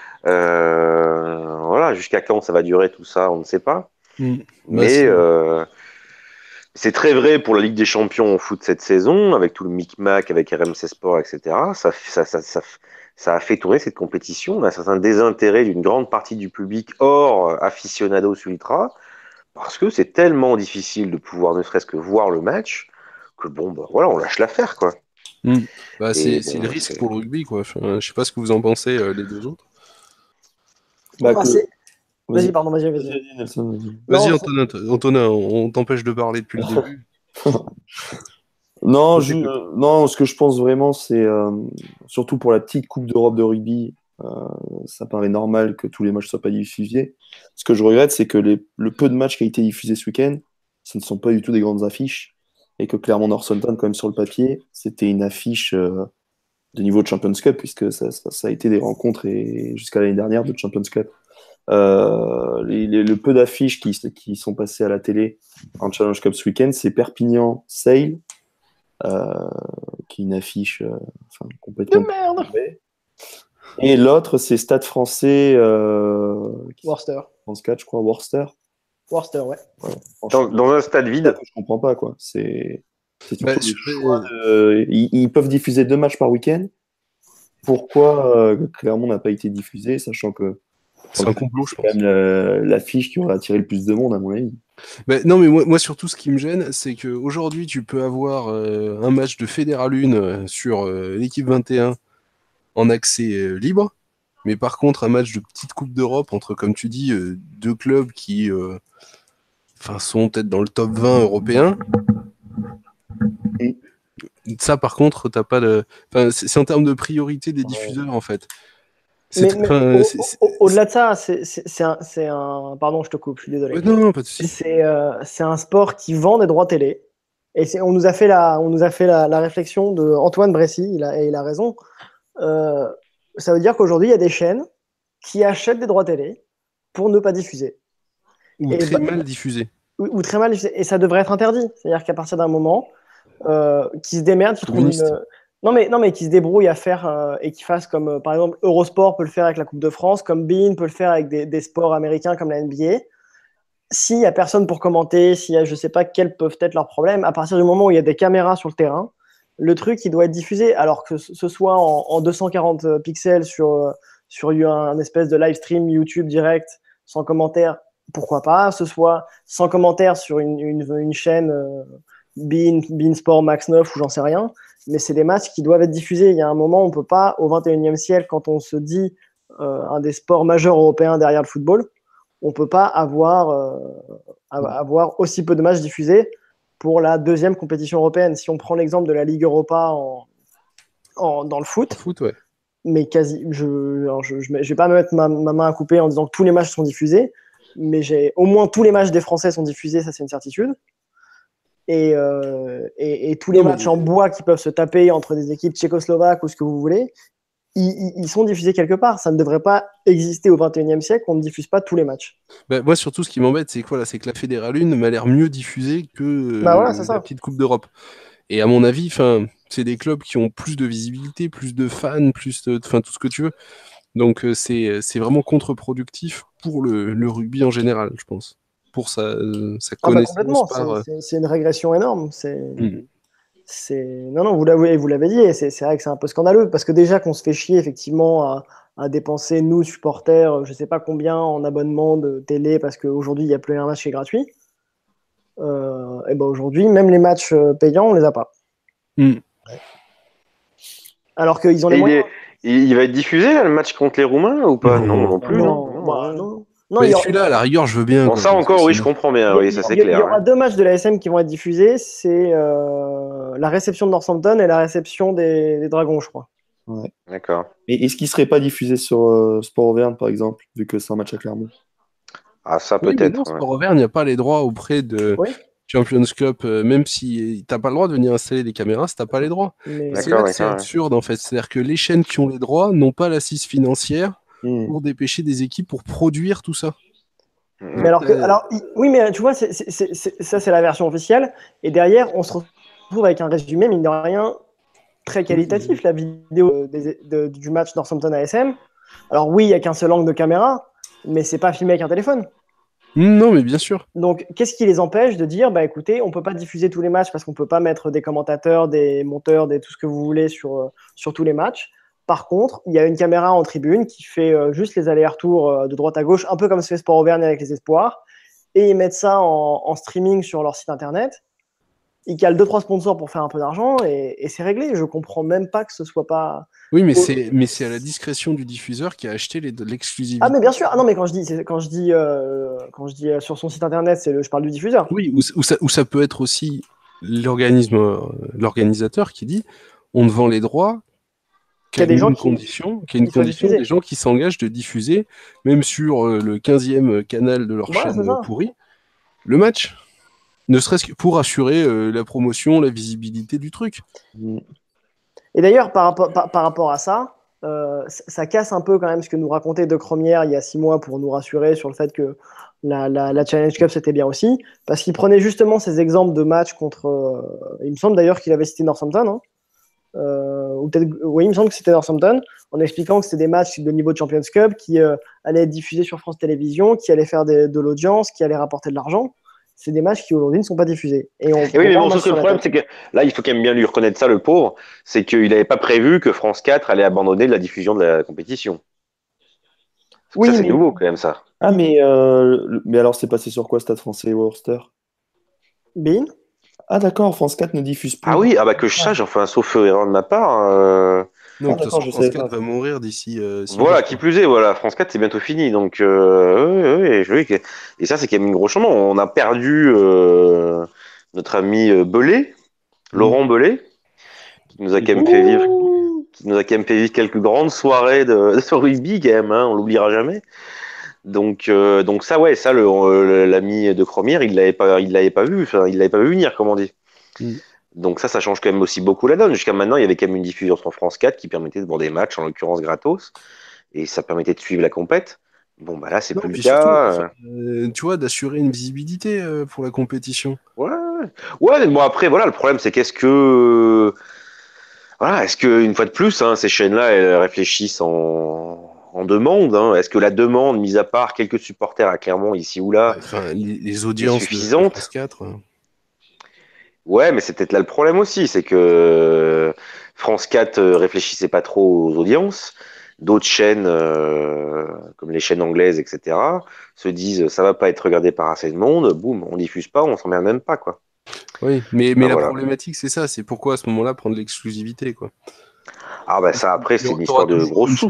Voilà, jusqu'à quand ça va durer tout ça, on ne sait pas. Bah, Mais c'est très vrai pour la Ligue des Champions au foot cette saison, avec tout le micmac, avec RMC Sport, etc. Ça a fait tourner cette compétition. On a un certain désintérêt d'une grande partie du public hors aficionados ultra, parce que c'est tellement difficile de pouvoir ne serait-ce que voir le match, que bon, bah, voilà, on lâche l'affaire, quoi. Bah, Et c'est bon, le risque pour le rugby, quoi. Enfin, je sais pas ce que vous en pensez, les deux autres. Bah, Vas-y, pardon, vas-y. Nelson, vas-y. Vas-y, Non, Antonin, on t'empêche de parler depuis le début. Non, Je t'écoute. non, ce que je pense vraiment, c'est surtout pour la petite Coupe d'Europe de rugby, ça paraît normal que tous les matchs soient pas diffusés. Ce que je regrette, c'est que le peu de matchs qui a été diffusé ce week-end, ce ne sont pas du tout des grandes affiches, et que Clermont-Northampton, quand même sur le papier, c'était une affiche de niveau de Champions Cup, puisque ça a été des rencontres et jusqu'à l'année dernière de Champions Cup. Le peu d'affiches qui sont passées à la télé en Challenge Cup ce week-end, c'est Perpignan-Sale, qui est une affiche enfin, complètement de merde. tombée. Et l'autre, c'est Stade français Worcester. France 4, je crois, Worcester. Worcester, ouais. dans un stade vide, Je comprends pas, quoi. C'est surtout Bah, le choix ils peuvent diffuser 2 matchs par week-end. Pourquoi Clermont n'a pas été diffusé, sachant que c'est un complot, je c'est pense. quand même l'affiche qui aurait attiré le plus de monde, à mon avis. Bah, non, mais moi, surtout, ce qui me gêne, c'est qu'aujourd'hui, tu peux avoir un match de Fédéral 1 sur l'équipe 21 en accès libre. Mais par contre, un match de petite Coupe d'Europe entre, comme tu dis, deux clubs qui sont peut-être dans le top 20 européen. Ça, par contre, t'as pas de. Enfin, c'est en termes de priorité des diffuseurs, en fait. Au-delà de ça, c'est un. Pardon, je te coupe, je suis désolé. Non, pas de souci. C'est un sport qui vend des droits télé. Et on nous a fait la réflexion de Antoine Bressy, il a raison. Ça veut dire qu'aujourd'hui, il y a des chaînes qui achètent des droits télé pour ne pas diffuser. Ou très mal diffusé. Ou très mal diffusé. Et ça devrait être interdit. C'est-à-dire qu'à partir d'un moment, qui se démerdent, qui trouvent une. Non mais qui se débrouillent à faire et qui fassent comme par exemple Eurosport peut le faire avec la Coupe de France, comme beIN peut le faire avec des sports américains comme la NBA. S'il n'y a personne pour commenter, s'il y a je sais pas quels peuvent être leurs problèmes, à partir du moment où il y a des caméras sur le terrain, le truc il doit être diffusé, alors que ce soit en 240 pixels sur un espèce de live stream YouTube direct sans commentaire, pourquoi pas, ce soit sans commentaire sur une chaîne beIN Sport Max 9 ou j'en sais rien, mais c'est des matchs qui doivent être diffusés. Il y a un moment, on ne peut pas, au 21e siècle, quand on se dit un des sports majeurs européens derrière le football, on ne peut pas avoir aussi peu de matchs diffusés pour la deuxième compétition européenne. Si on prend l'exemple de la Ligue Europa dans le foot, ouais. Mais quasi, je ne vais pas me mettre ma main à couper en disant que tous les matchs sont diffusés, mais au moins tous les matchs des Français sont diffusés, ça c'est une certitude. Et tous les matchs en bois qui peuvent se taper entre des équipes tchécoslovaques ou ce que vous voulez, ils sont diffusés quelque part. Ça ne devrait pas exister au 21e siècle, on ne diffuse pas tous les matchs. Bah, moi, surtout, ce qui m'embête, c'est que c'est que la Fédérale 1 m'a l'air mieux diffusée que la petite Coupe d'Europe. Et à mon avis, c'est des clubs qui ont plus de visibilité, plus de fans, plus de tout ce que tu veux. Donc c'est vraiment contre-productif pour le rugby en général, je pense. pour sa Ah bah connaissance complètement, par. c'est une régression énorme. Mm. Non, vous l'avez dit, et c'est vrai que c'est un peu scandaleux, parce que déjà qu'on se fait chier effectivement à dépenser, nous, supporters, je sais pas combien en abonnement de télé, parce qu'aujourd'hui, il n'y a plus un match qui est gratuit. Et ben aujourd'hui, même les matchs payants, on les a pas. Mm. Alors qu'ils ont Et les moyens. il va être diffusé là, le match contre les Roumains ou pas? Non plus. Non. Non, Mais celui-là, à la rigueur, je veux bien. Bon, quoi, ça parce que encore, oui, je sinon- comprends bien. Oui, ça c'est il y clair. aura deux matchs de la SM qui vont être diffusés, c'est la réception de Northampton et la réception des Dragons, je crois. Ouais. D'accord. Et est-ce qu'il serait pas diffusé sur Sport Auvergne, par exemple, vu que c'est un match à Clermont? Ah, ça Oui, mais peut-être. non, Ouais. Sport Auvergne n'a pas les droits auprès de Oui, Champions Cup, même si t'as pas le droit de venir installer des caméras, si t'as pas les droits. mais C'est D'accord, là que c'est d'accord, ouais. absurde en fait. C'est-à-dire que les chaînes qui ont les droits n'ont pas l'assise financière Hmm. pour dépêcher des équipes pour produire tout ça. Mais oui, mais tu vois, ça c'est la version officielle. Et derrière, on se retrouve avec un résumé, mine de rien, très qualitatif, la vidéo du match Northampton ASM. Alors oui, il n'y a qu'un seul angle de caméra, mais c'est pas filmé avec un téléphone. Non, mais bien sûr. Donc, qu'est-ce qui les empêche de dire, bah écoutez, on peut pas diffuser tous les matchs parce qu'on peut pas mettre des commentateurs, des monteurs, tout ce que vous voulez sur tous les matchs. Par contre, il y a une caméra en tribune qui fait juste les allers-retours de droite à gauche, un peu comme se fait Sport Auvergne avec les Espoirs, et ils mettent ça en streaming sur leur site internet. Ils calent 2-3 sponsors pour faire un peu d'argent et c'est réglé. Je comprends même pas que ce soit pas. Oui, mais c'est à la discrétion du diffuseur qui a acheté l'exclusivité. Ah mais bien sûr. Ah non mais quand je dis sur son site internet, je parle du diffuseur. Oui, ou ça peut être aussi l'organisateur qui dit on ne vend les droits Qu'il y a des gens qui condition des gens qui s'engagent de diffuser, même sur le 15e canal de leur Voilà, chaîne pourrie, le match. Ne serait-ce que pour assurer la promotion, la visibilité du truc. Et d'ailleurs, par rapport à ça, ça casse un peu quand même ce que nous racontait De Cromière il y a 6 mois pour nous rassurer sur le fait que la Challenge Cup c'était bien aussi, parce qu'il prenait justement ces exemples de matchs contre. Il me semble d'ailleurs qu'il avait cité Northampton, hein, ou peut-être, oui, il me semble que c'était Northampton, en expliquant que c'était des matchs de niveau de Champions Cup qui allaient être diffusés sur France Télévisions, qui allaient faire de l'audience, qui allaient rapporter de l'argent. C'est des matchs qui aujourd'hui ne sont pas diffusés. Et oui, mais bon, sauf que le problème, c'est que là, il faut quand même bien lui reconnaître ça, le pauvre, c'est qu'il n'avait pas prévu que France 4 allait abandonner la diffusion de la compétition. Oui, ça, c'est nouveau quand même, ça. Ah, mais alors, c'est passé sur quoi, Stade Français et Worcester? Bein. Ah, d'accord, France 4 ne diffuse plus. Ah oui, ah bah que je sache, enfin, sauf erreur de ma part. Non, de toute façon, France 4 va mourir d'ici. Voilà, qui plus est, voilà, France 4 c'est bientôt fini, donc oui, et ça c'est quand même une grosse chance. On a perdu notre ami Belay, Laurent Belay, qui nous a quand même fait vivre quelques grandes soirées de rugby quand même, hein, on l'oubliera jamais. Donc ça ouais, ça l'ami de Cromière, il l'avait pas vu, enfin, il l'avait pas vu venir, comme on dit. Donc ça change quand même aussi beaucoup la donne. Jusqu'à maintenant, il y avait quand même une diffusion sur France 4 qui permettait de voir des matchs, en l'occurrence gratos, et ça permettait de suivre la compète. Bon, bah là, c'est plus le cas. Tu vois, d'assurer une visibilité pour la compétition. Ouais, mais bon, après, voilà, le problème, c'est est-ce que, une fois de plus, hein, ces chaînes-là, elles réfléchissent en demande, hein. Est-ce que la demande, mis à part quelques supporters à Clermont, ici ou là, les audiences est suffisante de France 4 Ouais, mais c'est peut-être là le problème aussi, c'est que France 4 réfléchissait pas trop aux audiences. D'autres chaînes, comme les chaînes anglaises, etc., se disent ça va pas être regardé par assez de monde, boum, on diffuse pas, on s'en met même pas, quoi. Oui, mais la problématique, c'est ça, c'est pourquoi à ce moment-là prendre l'exclusivité, quoi. Ah bah ça, après, c'est une histoire de gros sous.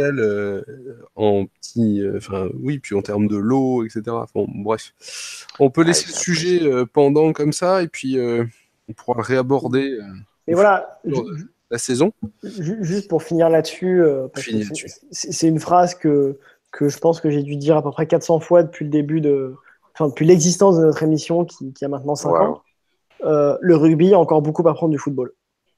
En petit, oui, puis en termes de lot, etc. Bon, bref, on peut laisser le sujet pendant comme ça, et puis on pourra le réaborder. Et voilà. La saison. Juste pour finir là-dessus, c'est une phrase que je pense que j'ai dû dire à peu près 400 fois depuis depuis l'existence de notre émission qui a maintenant 5 ans. Le rugby a encore beaucoup à apprendre du football.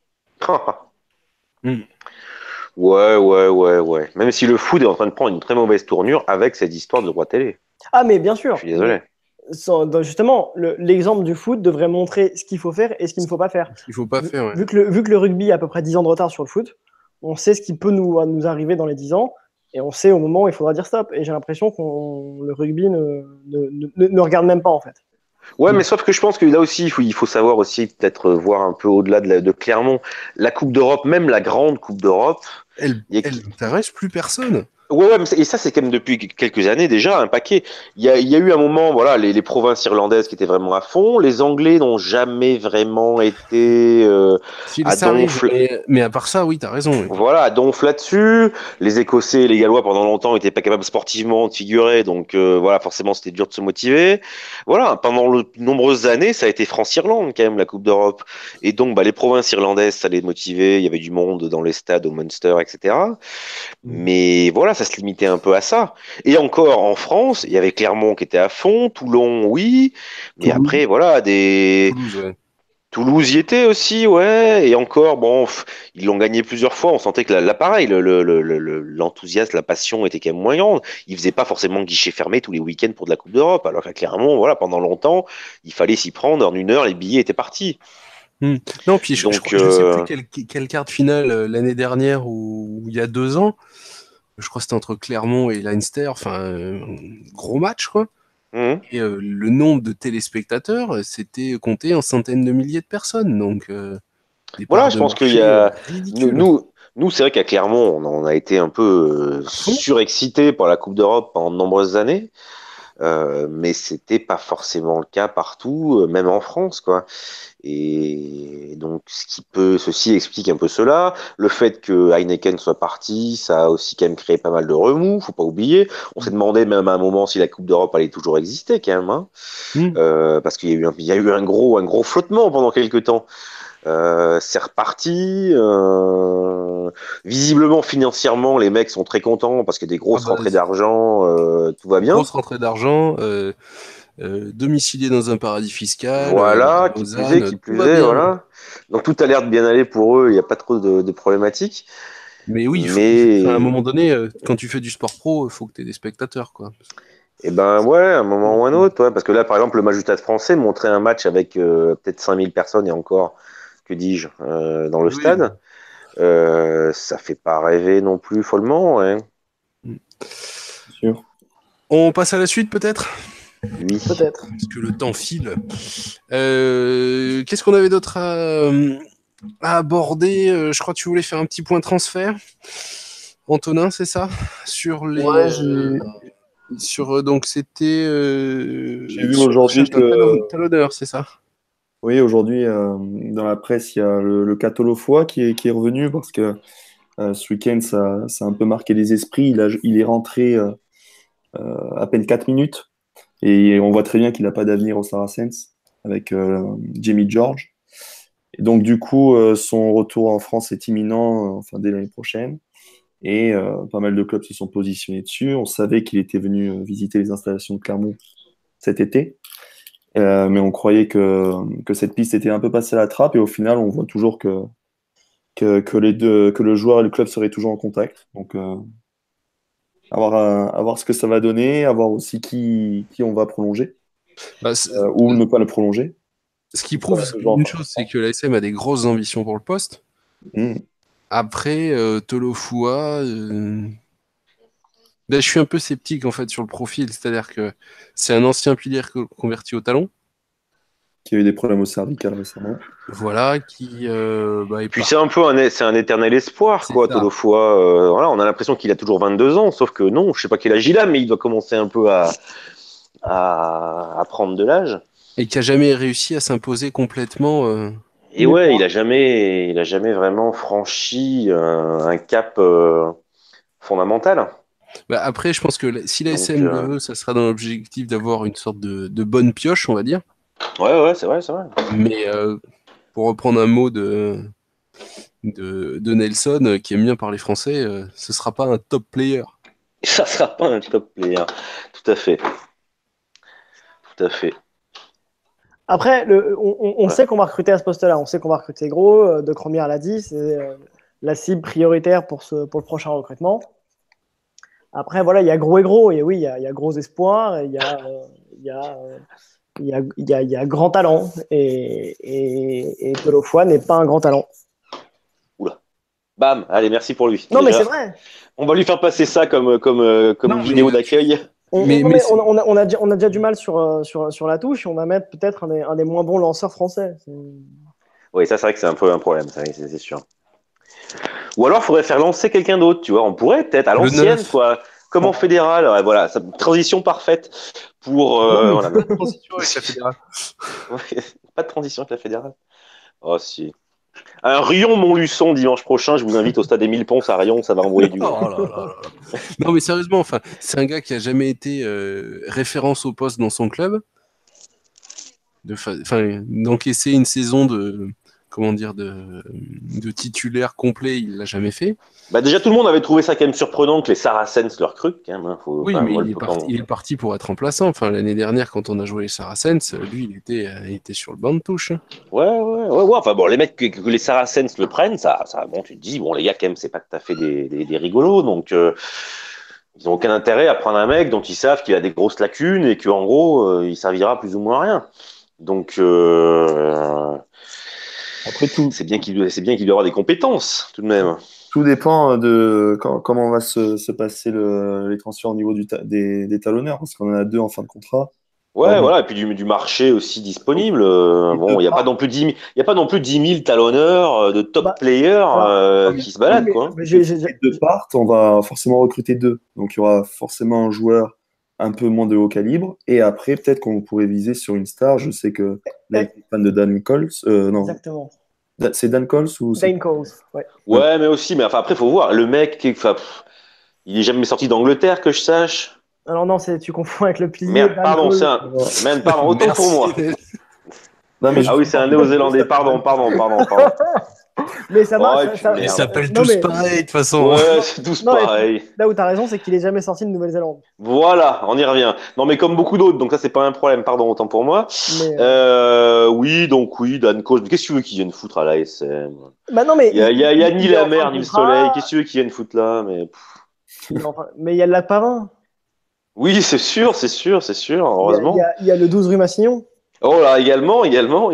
Ouais. Même si le foot est en train de prendre une très mauvaise tournure avec cette histoire de droit télé. Ah, mais bien sûr. Je suis désolé. Justement, l'exemple du foot devrait montrer ce qu'il faut faire et ce qu'il ne faut pas faire. Ce qu'il faut pas faire, ouais. Vu que le rugby a à peu près 10 ans de retard sur le foot, on sait ce qui peut nous arriver dans les 10 ans. Et on sait au moment où il faudra dire stop. Et j'ai l'impression que le rugby ne regarde même pas, en fait. Ouais, mais sauf que je pense que là aussi, il faut savoir aussi peut-être voir un peu au-delà de Clermont. La Coupe d'Europe, même la grande Coupe d'Europe, Elle il y a n'intéresse plus personne. Ouais, mais et ça, c'est quand même depuis quelques années déjà un paquet. Il y a eu un moment, voilà, les provinces irlandaises qui étaient vraiment à fond. Les Anglais n'ont jamais vraiment été Si à ça arrive, donf. mais à part ça, oui, t'as raison. Oui. Voilà, à donf là-dessus. Les Écossais et les Gallois, pendant longtemps, n'étaient pas capables sportivement de figurer. Donc, voilà, forcément, c'était dur de se motiver. Voilà, pendant de nombreuses années, ça a été France-Irlande, quand même, la Coupe d'Europe. Et donc, bah, les provinces irlandaises, ça les motivait. Il y avait du monde dans les stades, au Munster, etc. Mais voilà, ça se limitait un peu à ça. Et encore, en France, il y avait Clermont qui était à fond, Toulon, oui. Mais Toulouse, après, voilà, Toulouse, ouais. Toulouse y était aussi, ouais. Et encore, bon, ils l'ont gagné plusieurs fois. On sentait que là, pareil, l'enthousiasme, la passion était quand même moins grande. Ils faisaient pas forcément guichet fermé tous les week-ends pour de la Coupe d'Europe. Alors qu'à Clermont, voilà, pendant longtemps, il fallait s'y prendre. En 1 heure, les billets étaient partis. Non, puis Donc, je sais plus quelle quart de finale l'année dernière ou il y a 2 ans. Je crois que c'était entre Clermont et Leinster. Enfin, gros match, quoi. Et le nombre de téléspectateurs, c'était compté en centaines de milliers de personnes. Donc, des voilà, parts je de pense qu'il y marché a. Nous, ridicules. nous, nous, c'est vrai qu'à Clermont, on a été un peu À fond. surexcités par la Coupe d'Europe pendant de nombreuses années. Mais c'était pas forcément le cas partout, même en France, quoi. Et donc, ceci explique un peu cela. Le fait que Heineken soit parti, ça a aussi quand même créé pas mal de remous, faut pas oublier. On s'est demandé même à un moment si la Coupe d'Europe allait toujours exister, quand même, hein. Mm. Parce qu'il y a eu un gros flottement pendant quelques temps. C'est reparti. Visiblement, financièrement, les mecs sont très contents parce qu'il y a des Ah grosses bah, rentrées d'argent, tout va bien. grosse rentrée d'argent, domicilié dans un paradis fiscal, à Voilà, Lausanne, qui tout va plus est, bien. voilà. Donc tout a l'air de bien aller pour eux, il n'y a pas trop de problématiques. Mais oui, à un Mais, moment donné, quand tu fais du sport pro, il faut que tu aies des spectateurs, quoi. eh ben ouais, à un moment ou un autre, ouais, parce que là, par exemple, le match du Stade français montrait un match avec peut-être 5000 personnes et encore, que dis-je, dans le Oui. stade. Ça fait pas rêver non plus follement, ouais. Sûr. On passe à la suite, peut-être? Oui. Peut-être. Parce que le temps file. Qu'est-ce qu'on avait d'autre à aborder? Je crois que tu voulais faire un petit point transfert. Antonin, c'est ça? Sur les. Ouais, Donc c'était j'ai vu sur la aujourd'hui recherche d'un que, talonneur, c'est ça? oui, aujourd'hui, dans la presse, il y a le Catolofois qui est revenu parce que ce week-end, ça a un peu marqué les esprits. Il est rentré à peine 4 minutes et on voit très bien qu'il n'a pas d'avenir au Saracens avec Jamie George. Et donc, du coup, son retour en France est imminent, enfin, dès l'année prochaine. Et pas mal de clubs se sont positionnés dessus. On savait qu'il était venu visiter les installations de Clermont cet été. Mais on croyait que cette piste était un peu passée à la trappe. Et au final, on voit toujours que le joueur et le club seraient toujours en contact. Donc, à voir ce que ça va donner, à voir aussi qui on va prolonger Bah, ou ne pas le prolonger. ce qui Donc, ça prouve va se jouer une encore. chose, c'est que l'ASM a des grosses ambitions pour le poste. Mm. Après, Tolofua, ben, je suis un peu sceptique en fait sur le profil, c'est-à-dire que c'est un ancien pilier converti au talon, Qui a eu des problèmes au cervical récemment. voilà, qui est Puis c'est un éternel espoir, c'est quoi, ça. Tolofua. Voilà, on a l'impression qu'il a toujours 22 ans, sauf que non, je sais pas quel âge il a, mais il doit commencer un peu à prendre de l'âge. Et qui a jamais réussi à s'imposer complètement. Et ouais, il a jamais vraiment franchi un cap fondamental. Bah, après, je pense que si Donc, l'ASM le veut, ça sera dans l'objectif d'avoir une sorte de bonne pioche, on va dire. ouais, c'est vrai, c'est vrai. Mais pour reprendre un mot de Nelson, qui aime bien parler français, ce sera pas un top player. Ça sera pas un top player. Tout à fait. Tout à fait. Après, on Ouais. sait qu'on va recruter à ce poste-là. On sait qu'on va recruter gros. De Cromière l'a dit, c'est la cible prioritaire pour le prochain recrutement. Après, voilà, il y a gros et gros. Et oui, il y a gros espoir. Et il y a grand talent. Et Tolofua n'est pas un grand talent. Oula. Bam, allez, merci pour lui. Non, mais Déjà, c'est vrai. on va lui faire passer ça comme Non, vidéo mais- d'accueil. Mais On a déjà du mal sur la touche et on va mettre peut-être un des moins bons lanceurs français. Oui, ça, c'est vrai que c'est un peu un problème, ça, oui, c'est sûr. Ou alors, il faudrait faire lancer quelqu'un d'autre, tu vois. On pourrait peut-être à Le l'ancienne, neuf. quoi. Comme en fédéral. Ouais, voilà, transition parfaite pour. Non, Voilà. mais pas de transition avec la fédérale. Ouais, pas de transition avec la fédérale. Oh, si. Un Rion-Montluçon dimanche prochain, je vous invite au stade Émile Ponce à Rion, ça va envoyer du monde. Oh là là là. Non, mais sérieusement, enfin, c'est un gars qui a jamais été référence au poste dans son club. D'encaisser une saison de titulaire complet, il l'a jamais fait. Bah déjà, tout le monde avait trouvé ça quand même surprenant que les Saracens leur recrutent, quand même. Hein. Oui, mais il est parti pour être remplaçant. Enfin, l'année dernière, quand on a joué les Saracens, lui, il était sur le banc de touche. Ouais. Enfin bon, les mecs que les Saracens le prennent, bon, tu te dis, bon, les gars, quand même, c'est pas tout à fait des rigolos, donc ils n'ont aucun intérêt à prendre un mec dont ils savent qu'il a des grosses lacunes et qu'en gros, il servira plus ou moins à rien. Donc, Après tout, c'est bien qu'il doit avoir des compétences, tout de même. tout dépend de comment va se passer les transferts au niveau des talonneurs, parce qu'on en a 2 en fin de contrat. Ouais, Pardon. voilà, et puis du marché aussi disponible. Bon, il n'y a pas non plus 10 000 talonneurs de top Bah, players qui se baladent, quoi. Mais Si les 2 partent, on va forcément recruter 2. Donc il y aura forcément un joueur un peu moins de haut calibre. Et après, peut-être qu'on pourrait viser sur une star. Je sais que là, il est fan de Dan Coles. Non, Exactement. c'est Dan Coles ou c'est... Dane Coles, ouais. Ouais, mais aussi, mais enfin après, faut voir. Le mec, il est jamais sorti d'Angleterre, que je sache. Alors non, tu confonds avec le pilier. Merde, Dan pardon, Coles. pardon, autant Merci. pour moi. Non, mais Ah oui, c'est un Néo-Zélandais, pardon. Mais ça marche. Oh, et puis Ils merde. s'appellent Non, tous mais- pareil, de toute façon. Ouais, c'est tous Non, mais- pareil. Là où tu as raison, c'est qu'il est jamais sorti de Nouvelle-Zélande. Voilà, on y revient. Non, mais comme beaucoup d'autres, donc ça, c'est pas un problème, pardon, autant pour moi. Mais, Oui, Dan Coach. Qu'est-ce que tu veux qu'ils viennent foutre à l'ASM? Bah non, mais Il y a ni il est la en fin mer, de ni le contrat. soleil. Qu'est-ce que tu veux qu'ils viennent foutre là? Mais il y a le lac Pavin. Oui, c'est sûr, heureusement. Il y a le 12 rue Massignon. Oh là, également.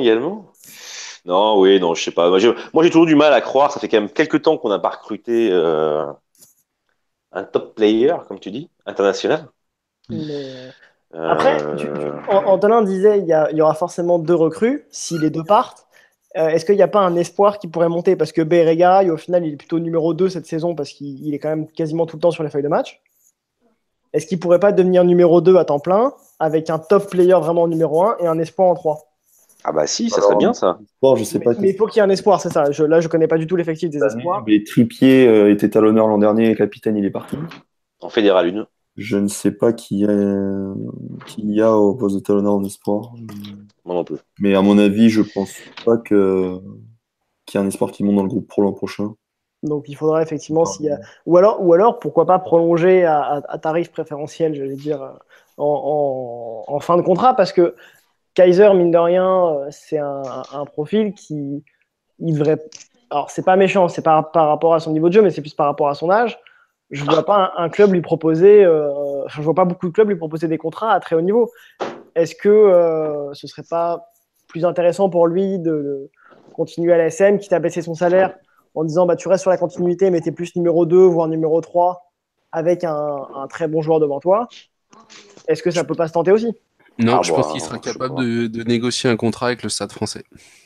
Non, oui, non, je sais pas. Moi, j'ai toujours du mal à croire. Ça fait quand même quelques temps qu'on n'a pas recruté un top player, comme tu dis, international. Mais... Euh, Après, Antonin disait il y aura forcément 2 recrues si les 2 partent. Est-ce qu'il n'y a pas un espoir qui pourrait monter? Parce que Béréga, au final, il est plutôt numéro 2 cette saison parce qu'il est quand même quasiment tout le temps sur les feuilles de match. Est-ce qu'il pourrait pas devenir numéro 2 à temps plein avec un top player vraiment numéro 1 et un espoir en 3? Ah bah si, ça serait bien ça. Bon, je sais pas. Mais il faut qu'il y ait un espoir, c'est ça. Là, je connais pas du tout l'effectif des espoirs. Mais Trippier était talonneur l'an dernier, capitaine, il est parti. En fédéral 1. Je ne sais pas qui y a au poste de talonneur en espoir. Moi non plus. Mais à mon avis, je pense pas qu'il y ait un espoir qui monte dans le groupe pro l'an prochain. Donc il faudra effectivement s'il y a... ou alors pourquoi pas prolonger à tarif préférentiel, j'allais dire, en fin de contrat, parce que Kaiser, mine de rien, c'est un profil qui il devrait. Alors c'est pas méchant, c'est pas par rapport à son niveau de jeu, mais c'est plus par rapport à son âge. Je vois pas un club lui proposer, je vois pas beaucoup de clubs lui proposer des contrats à très haut niveau. Est-ce que ce serait pas plus intéressant pour lui de continuer à la SM, quitte à baisser son salaire en disant bah, tu restes sur la continuité, mais tu es plus numéro 2, voire numéro 3, avec un très bon joueur devant toi? Est-ce que ça peut pas se tenter aussi? Non, je pense qu'il sera capable de négocier un contrat avec le Stade français.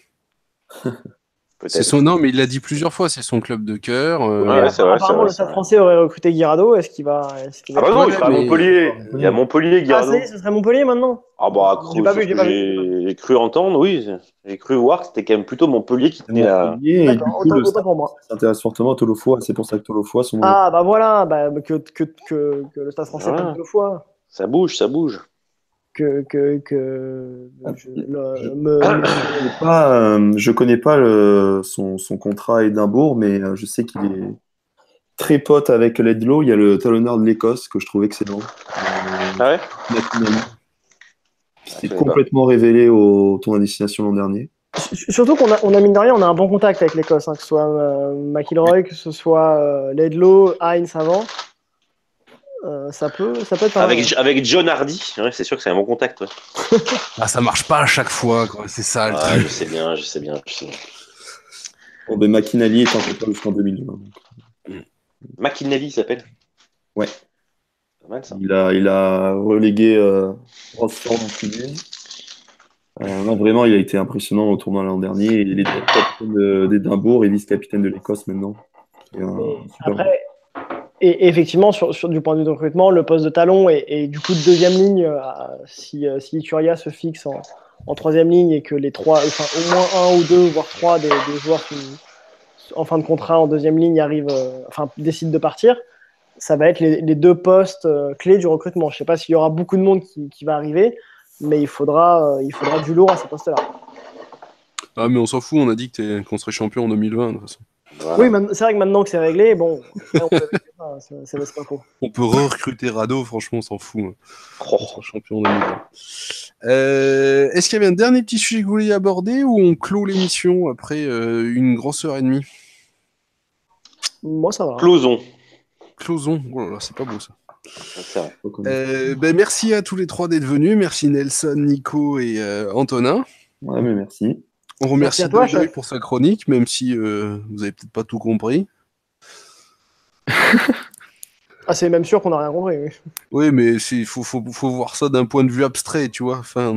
Non, mais il l'a dit plusieurs fois, c'est son club de cœur. Ouais, c'est vrai, apparemment, le Stade français aurait recruté Guirado. Est-ce qu'il va... Ah bah non, il sera à Montpellier. Il y a Montpellier, Guirado. Ah, ce serait Montpellier maintenant? Ah bah, j'ai cru entendre, oui. J'ai cru voir que c'était quand même plutôt Montpellier qui tenait la... D'accord, autant pour moi. Ça intéresse fortement Tolofoa, c'est pour ça que Tolofoa... Ah bah voilà, que le Stade français prenne Tolofoa. Ça bouge. Je connais pas son contrat à Édimbourg, mais je sais qu'il est très pote avec Ledlow. Il y a le talonneur de l'Écosse que je trouve excellent. Ah ouais? Qui s'est complètement révélé au tournoi de destination l'an dernier. Surtout qu'on a mine de rien, on a un bon contact avec l'Écosse, hein, que ce soit McIlroy, que ce soit Ledlow, Hines avant. Ça peut être avec John Hardy, ouais, c'est sûr que c'est un bon contact. Ouais. Ah, ça marche pas à chaque fois, quoi. C'est ça le truc. Je sais bien. Bon, ben, McInally est en contrat jusqu'en 2020. McInally s'appelle. Ouais. Pas mal ça. Il a relégué Ross Ford en tribune. Non, vraiment, il a été impressionnant au tournoi l'an dernier. Il est capitaine d'Édimbourg et vice-capitaine de l'Écosse maintenant. Après, et effectivement, du point de vue de recrutement, le poste de talon et du coup de deuxième ligne, si Ituria se fixe en troisième ligne et que les trois, enfin au moins un ou deux, voire trois des joueurs en fin de contrat en deuxième ligne décident de partir, ça va être les deux postes clés du recrutement. Je ne sais pas s'il y aura beaucoup de monde qui va arriver, mais il faudra du lourd à ces postes-là. Ah, mais on s'en fout, on a dit qu'on serait champion en 2020, de toute façon. Voilà. Oui, c'est vrai que maintenant que c'est réglé, bon, on peut ça laisse pas trop. On peut recruter Rado, franchement, on s'en fout. Oh. On sera champion en 2020. Est-ce qu'il y avait un dernier petit sujet que vous vouliez aborder ou on clôt l'émission après une grosse heure et demie? Moi, ça va. Closons. Closons. Oh là là, c'est pas beau ça. C'est vrai. Ben, merci à tous les trois d'être venus. Merci Nelson, Nico et Antonin. Ouais, mais merci. On remercie Merci à toi, Dojoy chef. pour sa chronique, même si vous avez peut-être pas tout compris. Ah, c'est même sûr qu'on n'a rien compris. Oui. Oui, mais il faut voir ça d'un point de vue abstrait, tu vois. Enfin,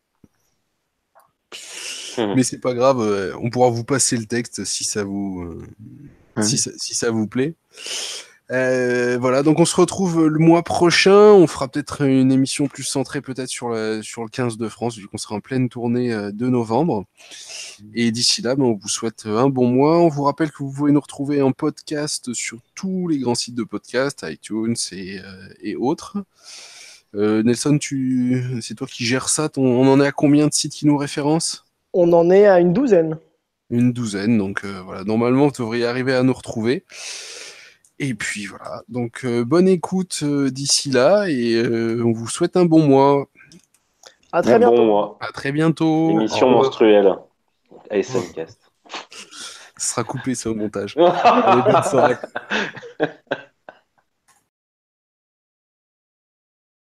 mais c'est pas grave, on pourra vous passer le texte si ça vous, si ça vous plaît. Voilà, donc on se retrouve le mois prochain. On fera peut-être une émission plus centrée peut-être sur le 15 de France, vu qu'on sera en pleine tournée de novembre. Et d'ici là, on vous souhaite un bon mois. On vous rappelle que vous pouvez nous retrouver en podcast sur tous les grands sites de podcast, iTunes et autres. Nelson, c'est toi qui gères ça. On en est à combien de sites qui nous référencent? On en est à une douzaine. Une douzaine, donc voilà. Normalement, vous devriez arriver à nous retrouver. Et puis voilà, donc bonne écoute d'ici là et on vous souhaite un bon mois. À très bientôt. Bon mois. À très bientôt. Émission menstruelle. ASMcast. Ce sera coupé ça au montage. Allez, bonne soirée.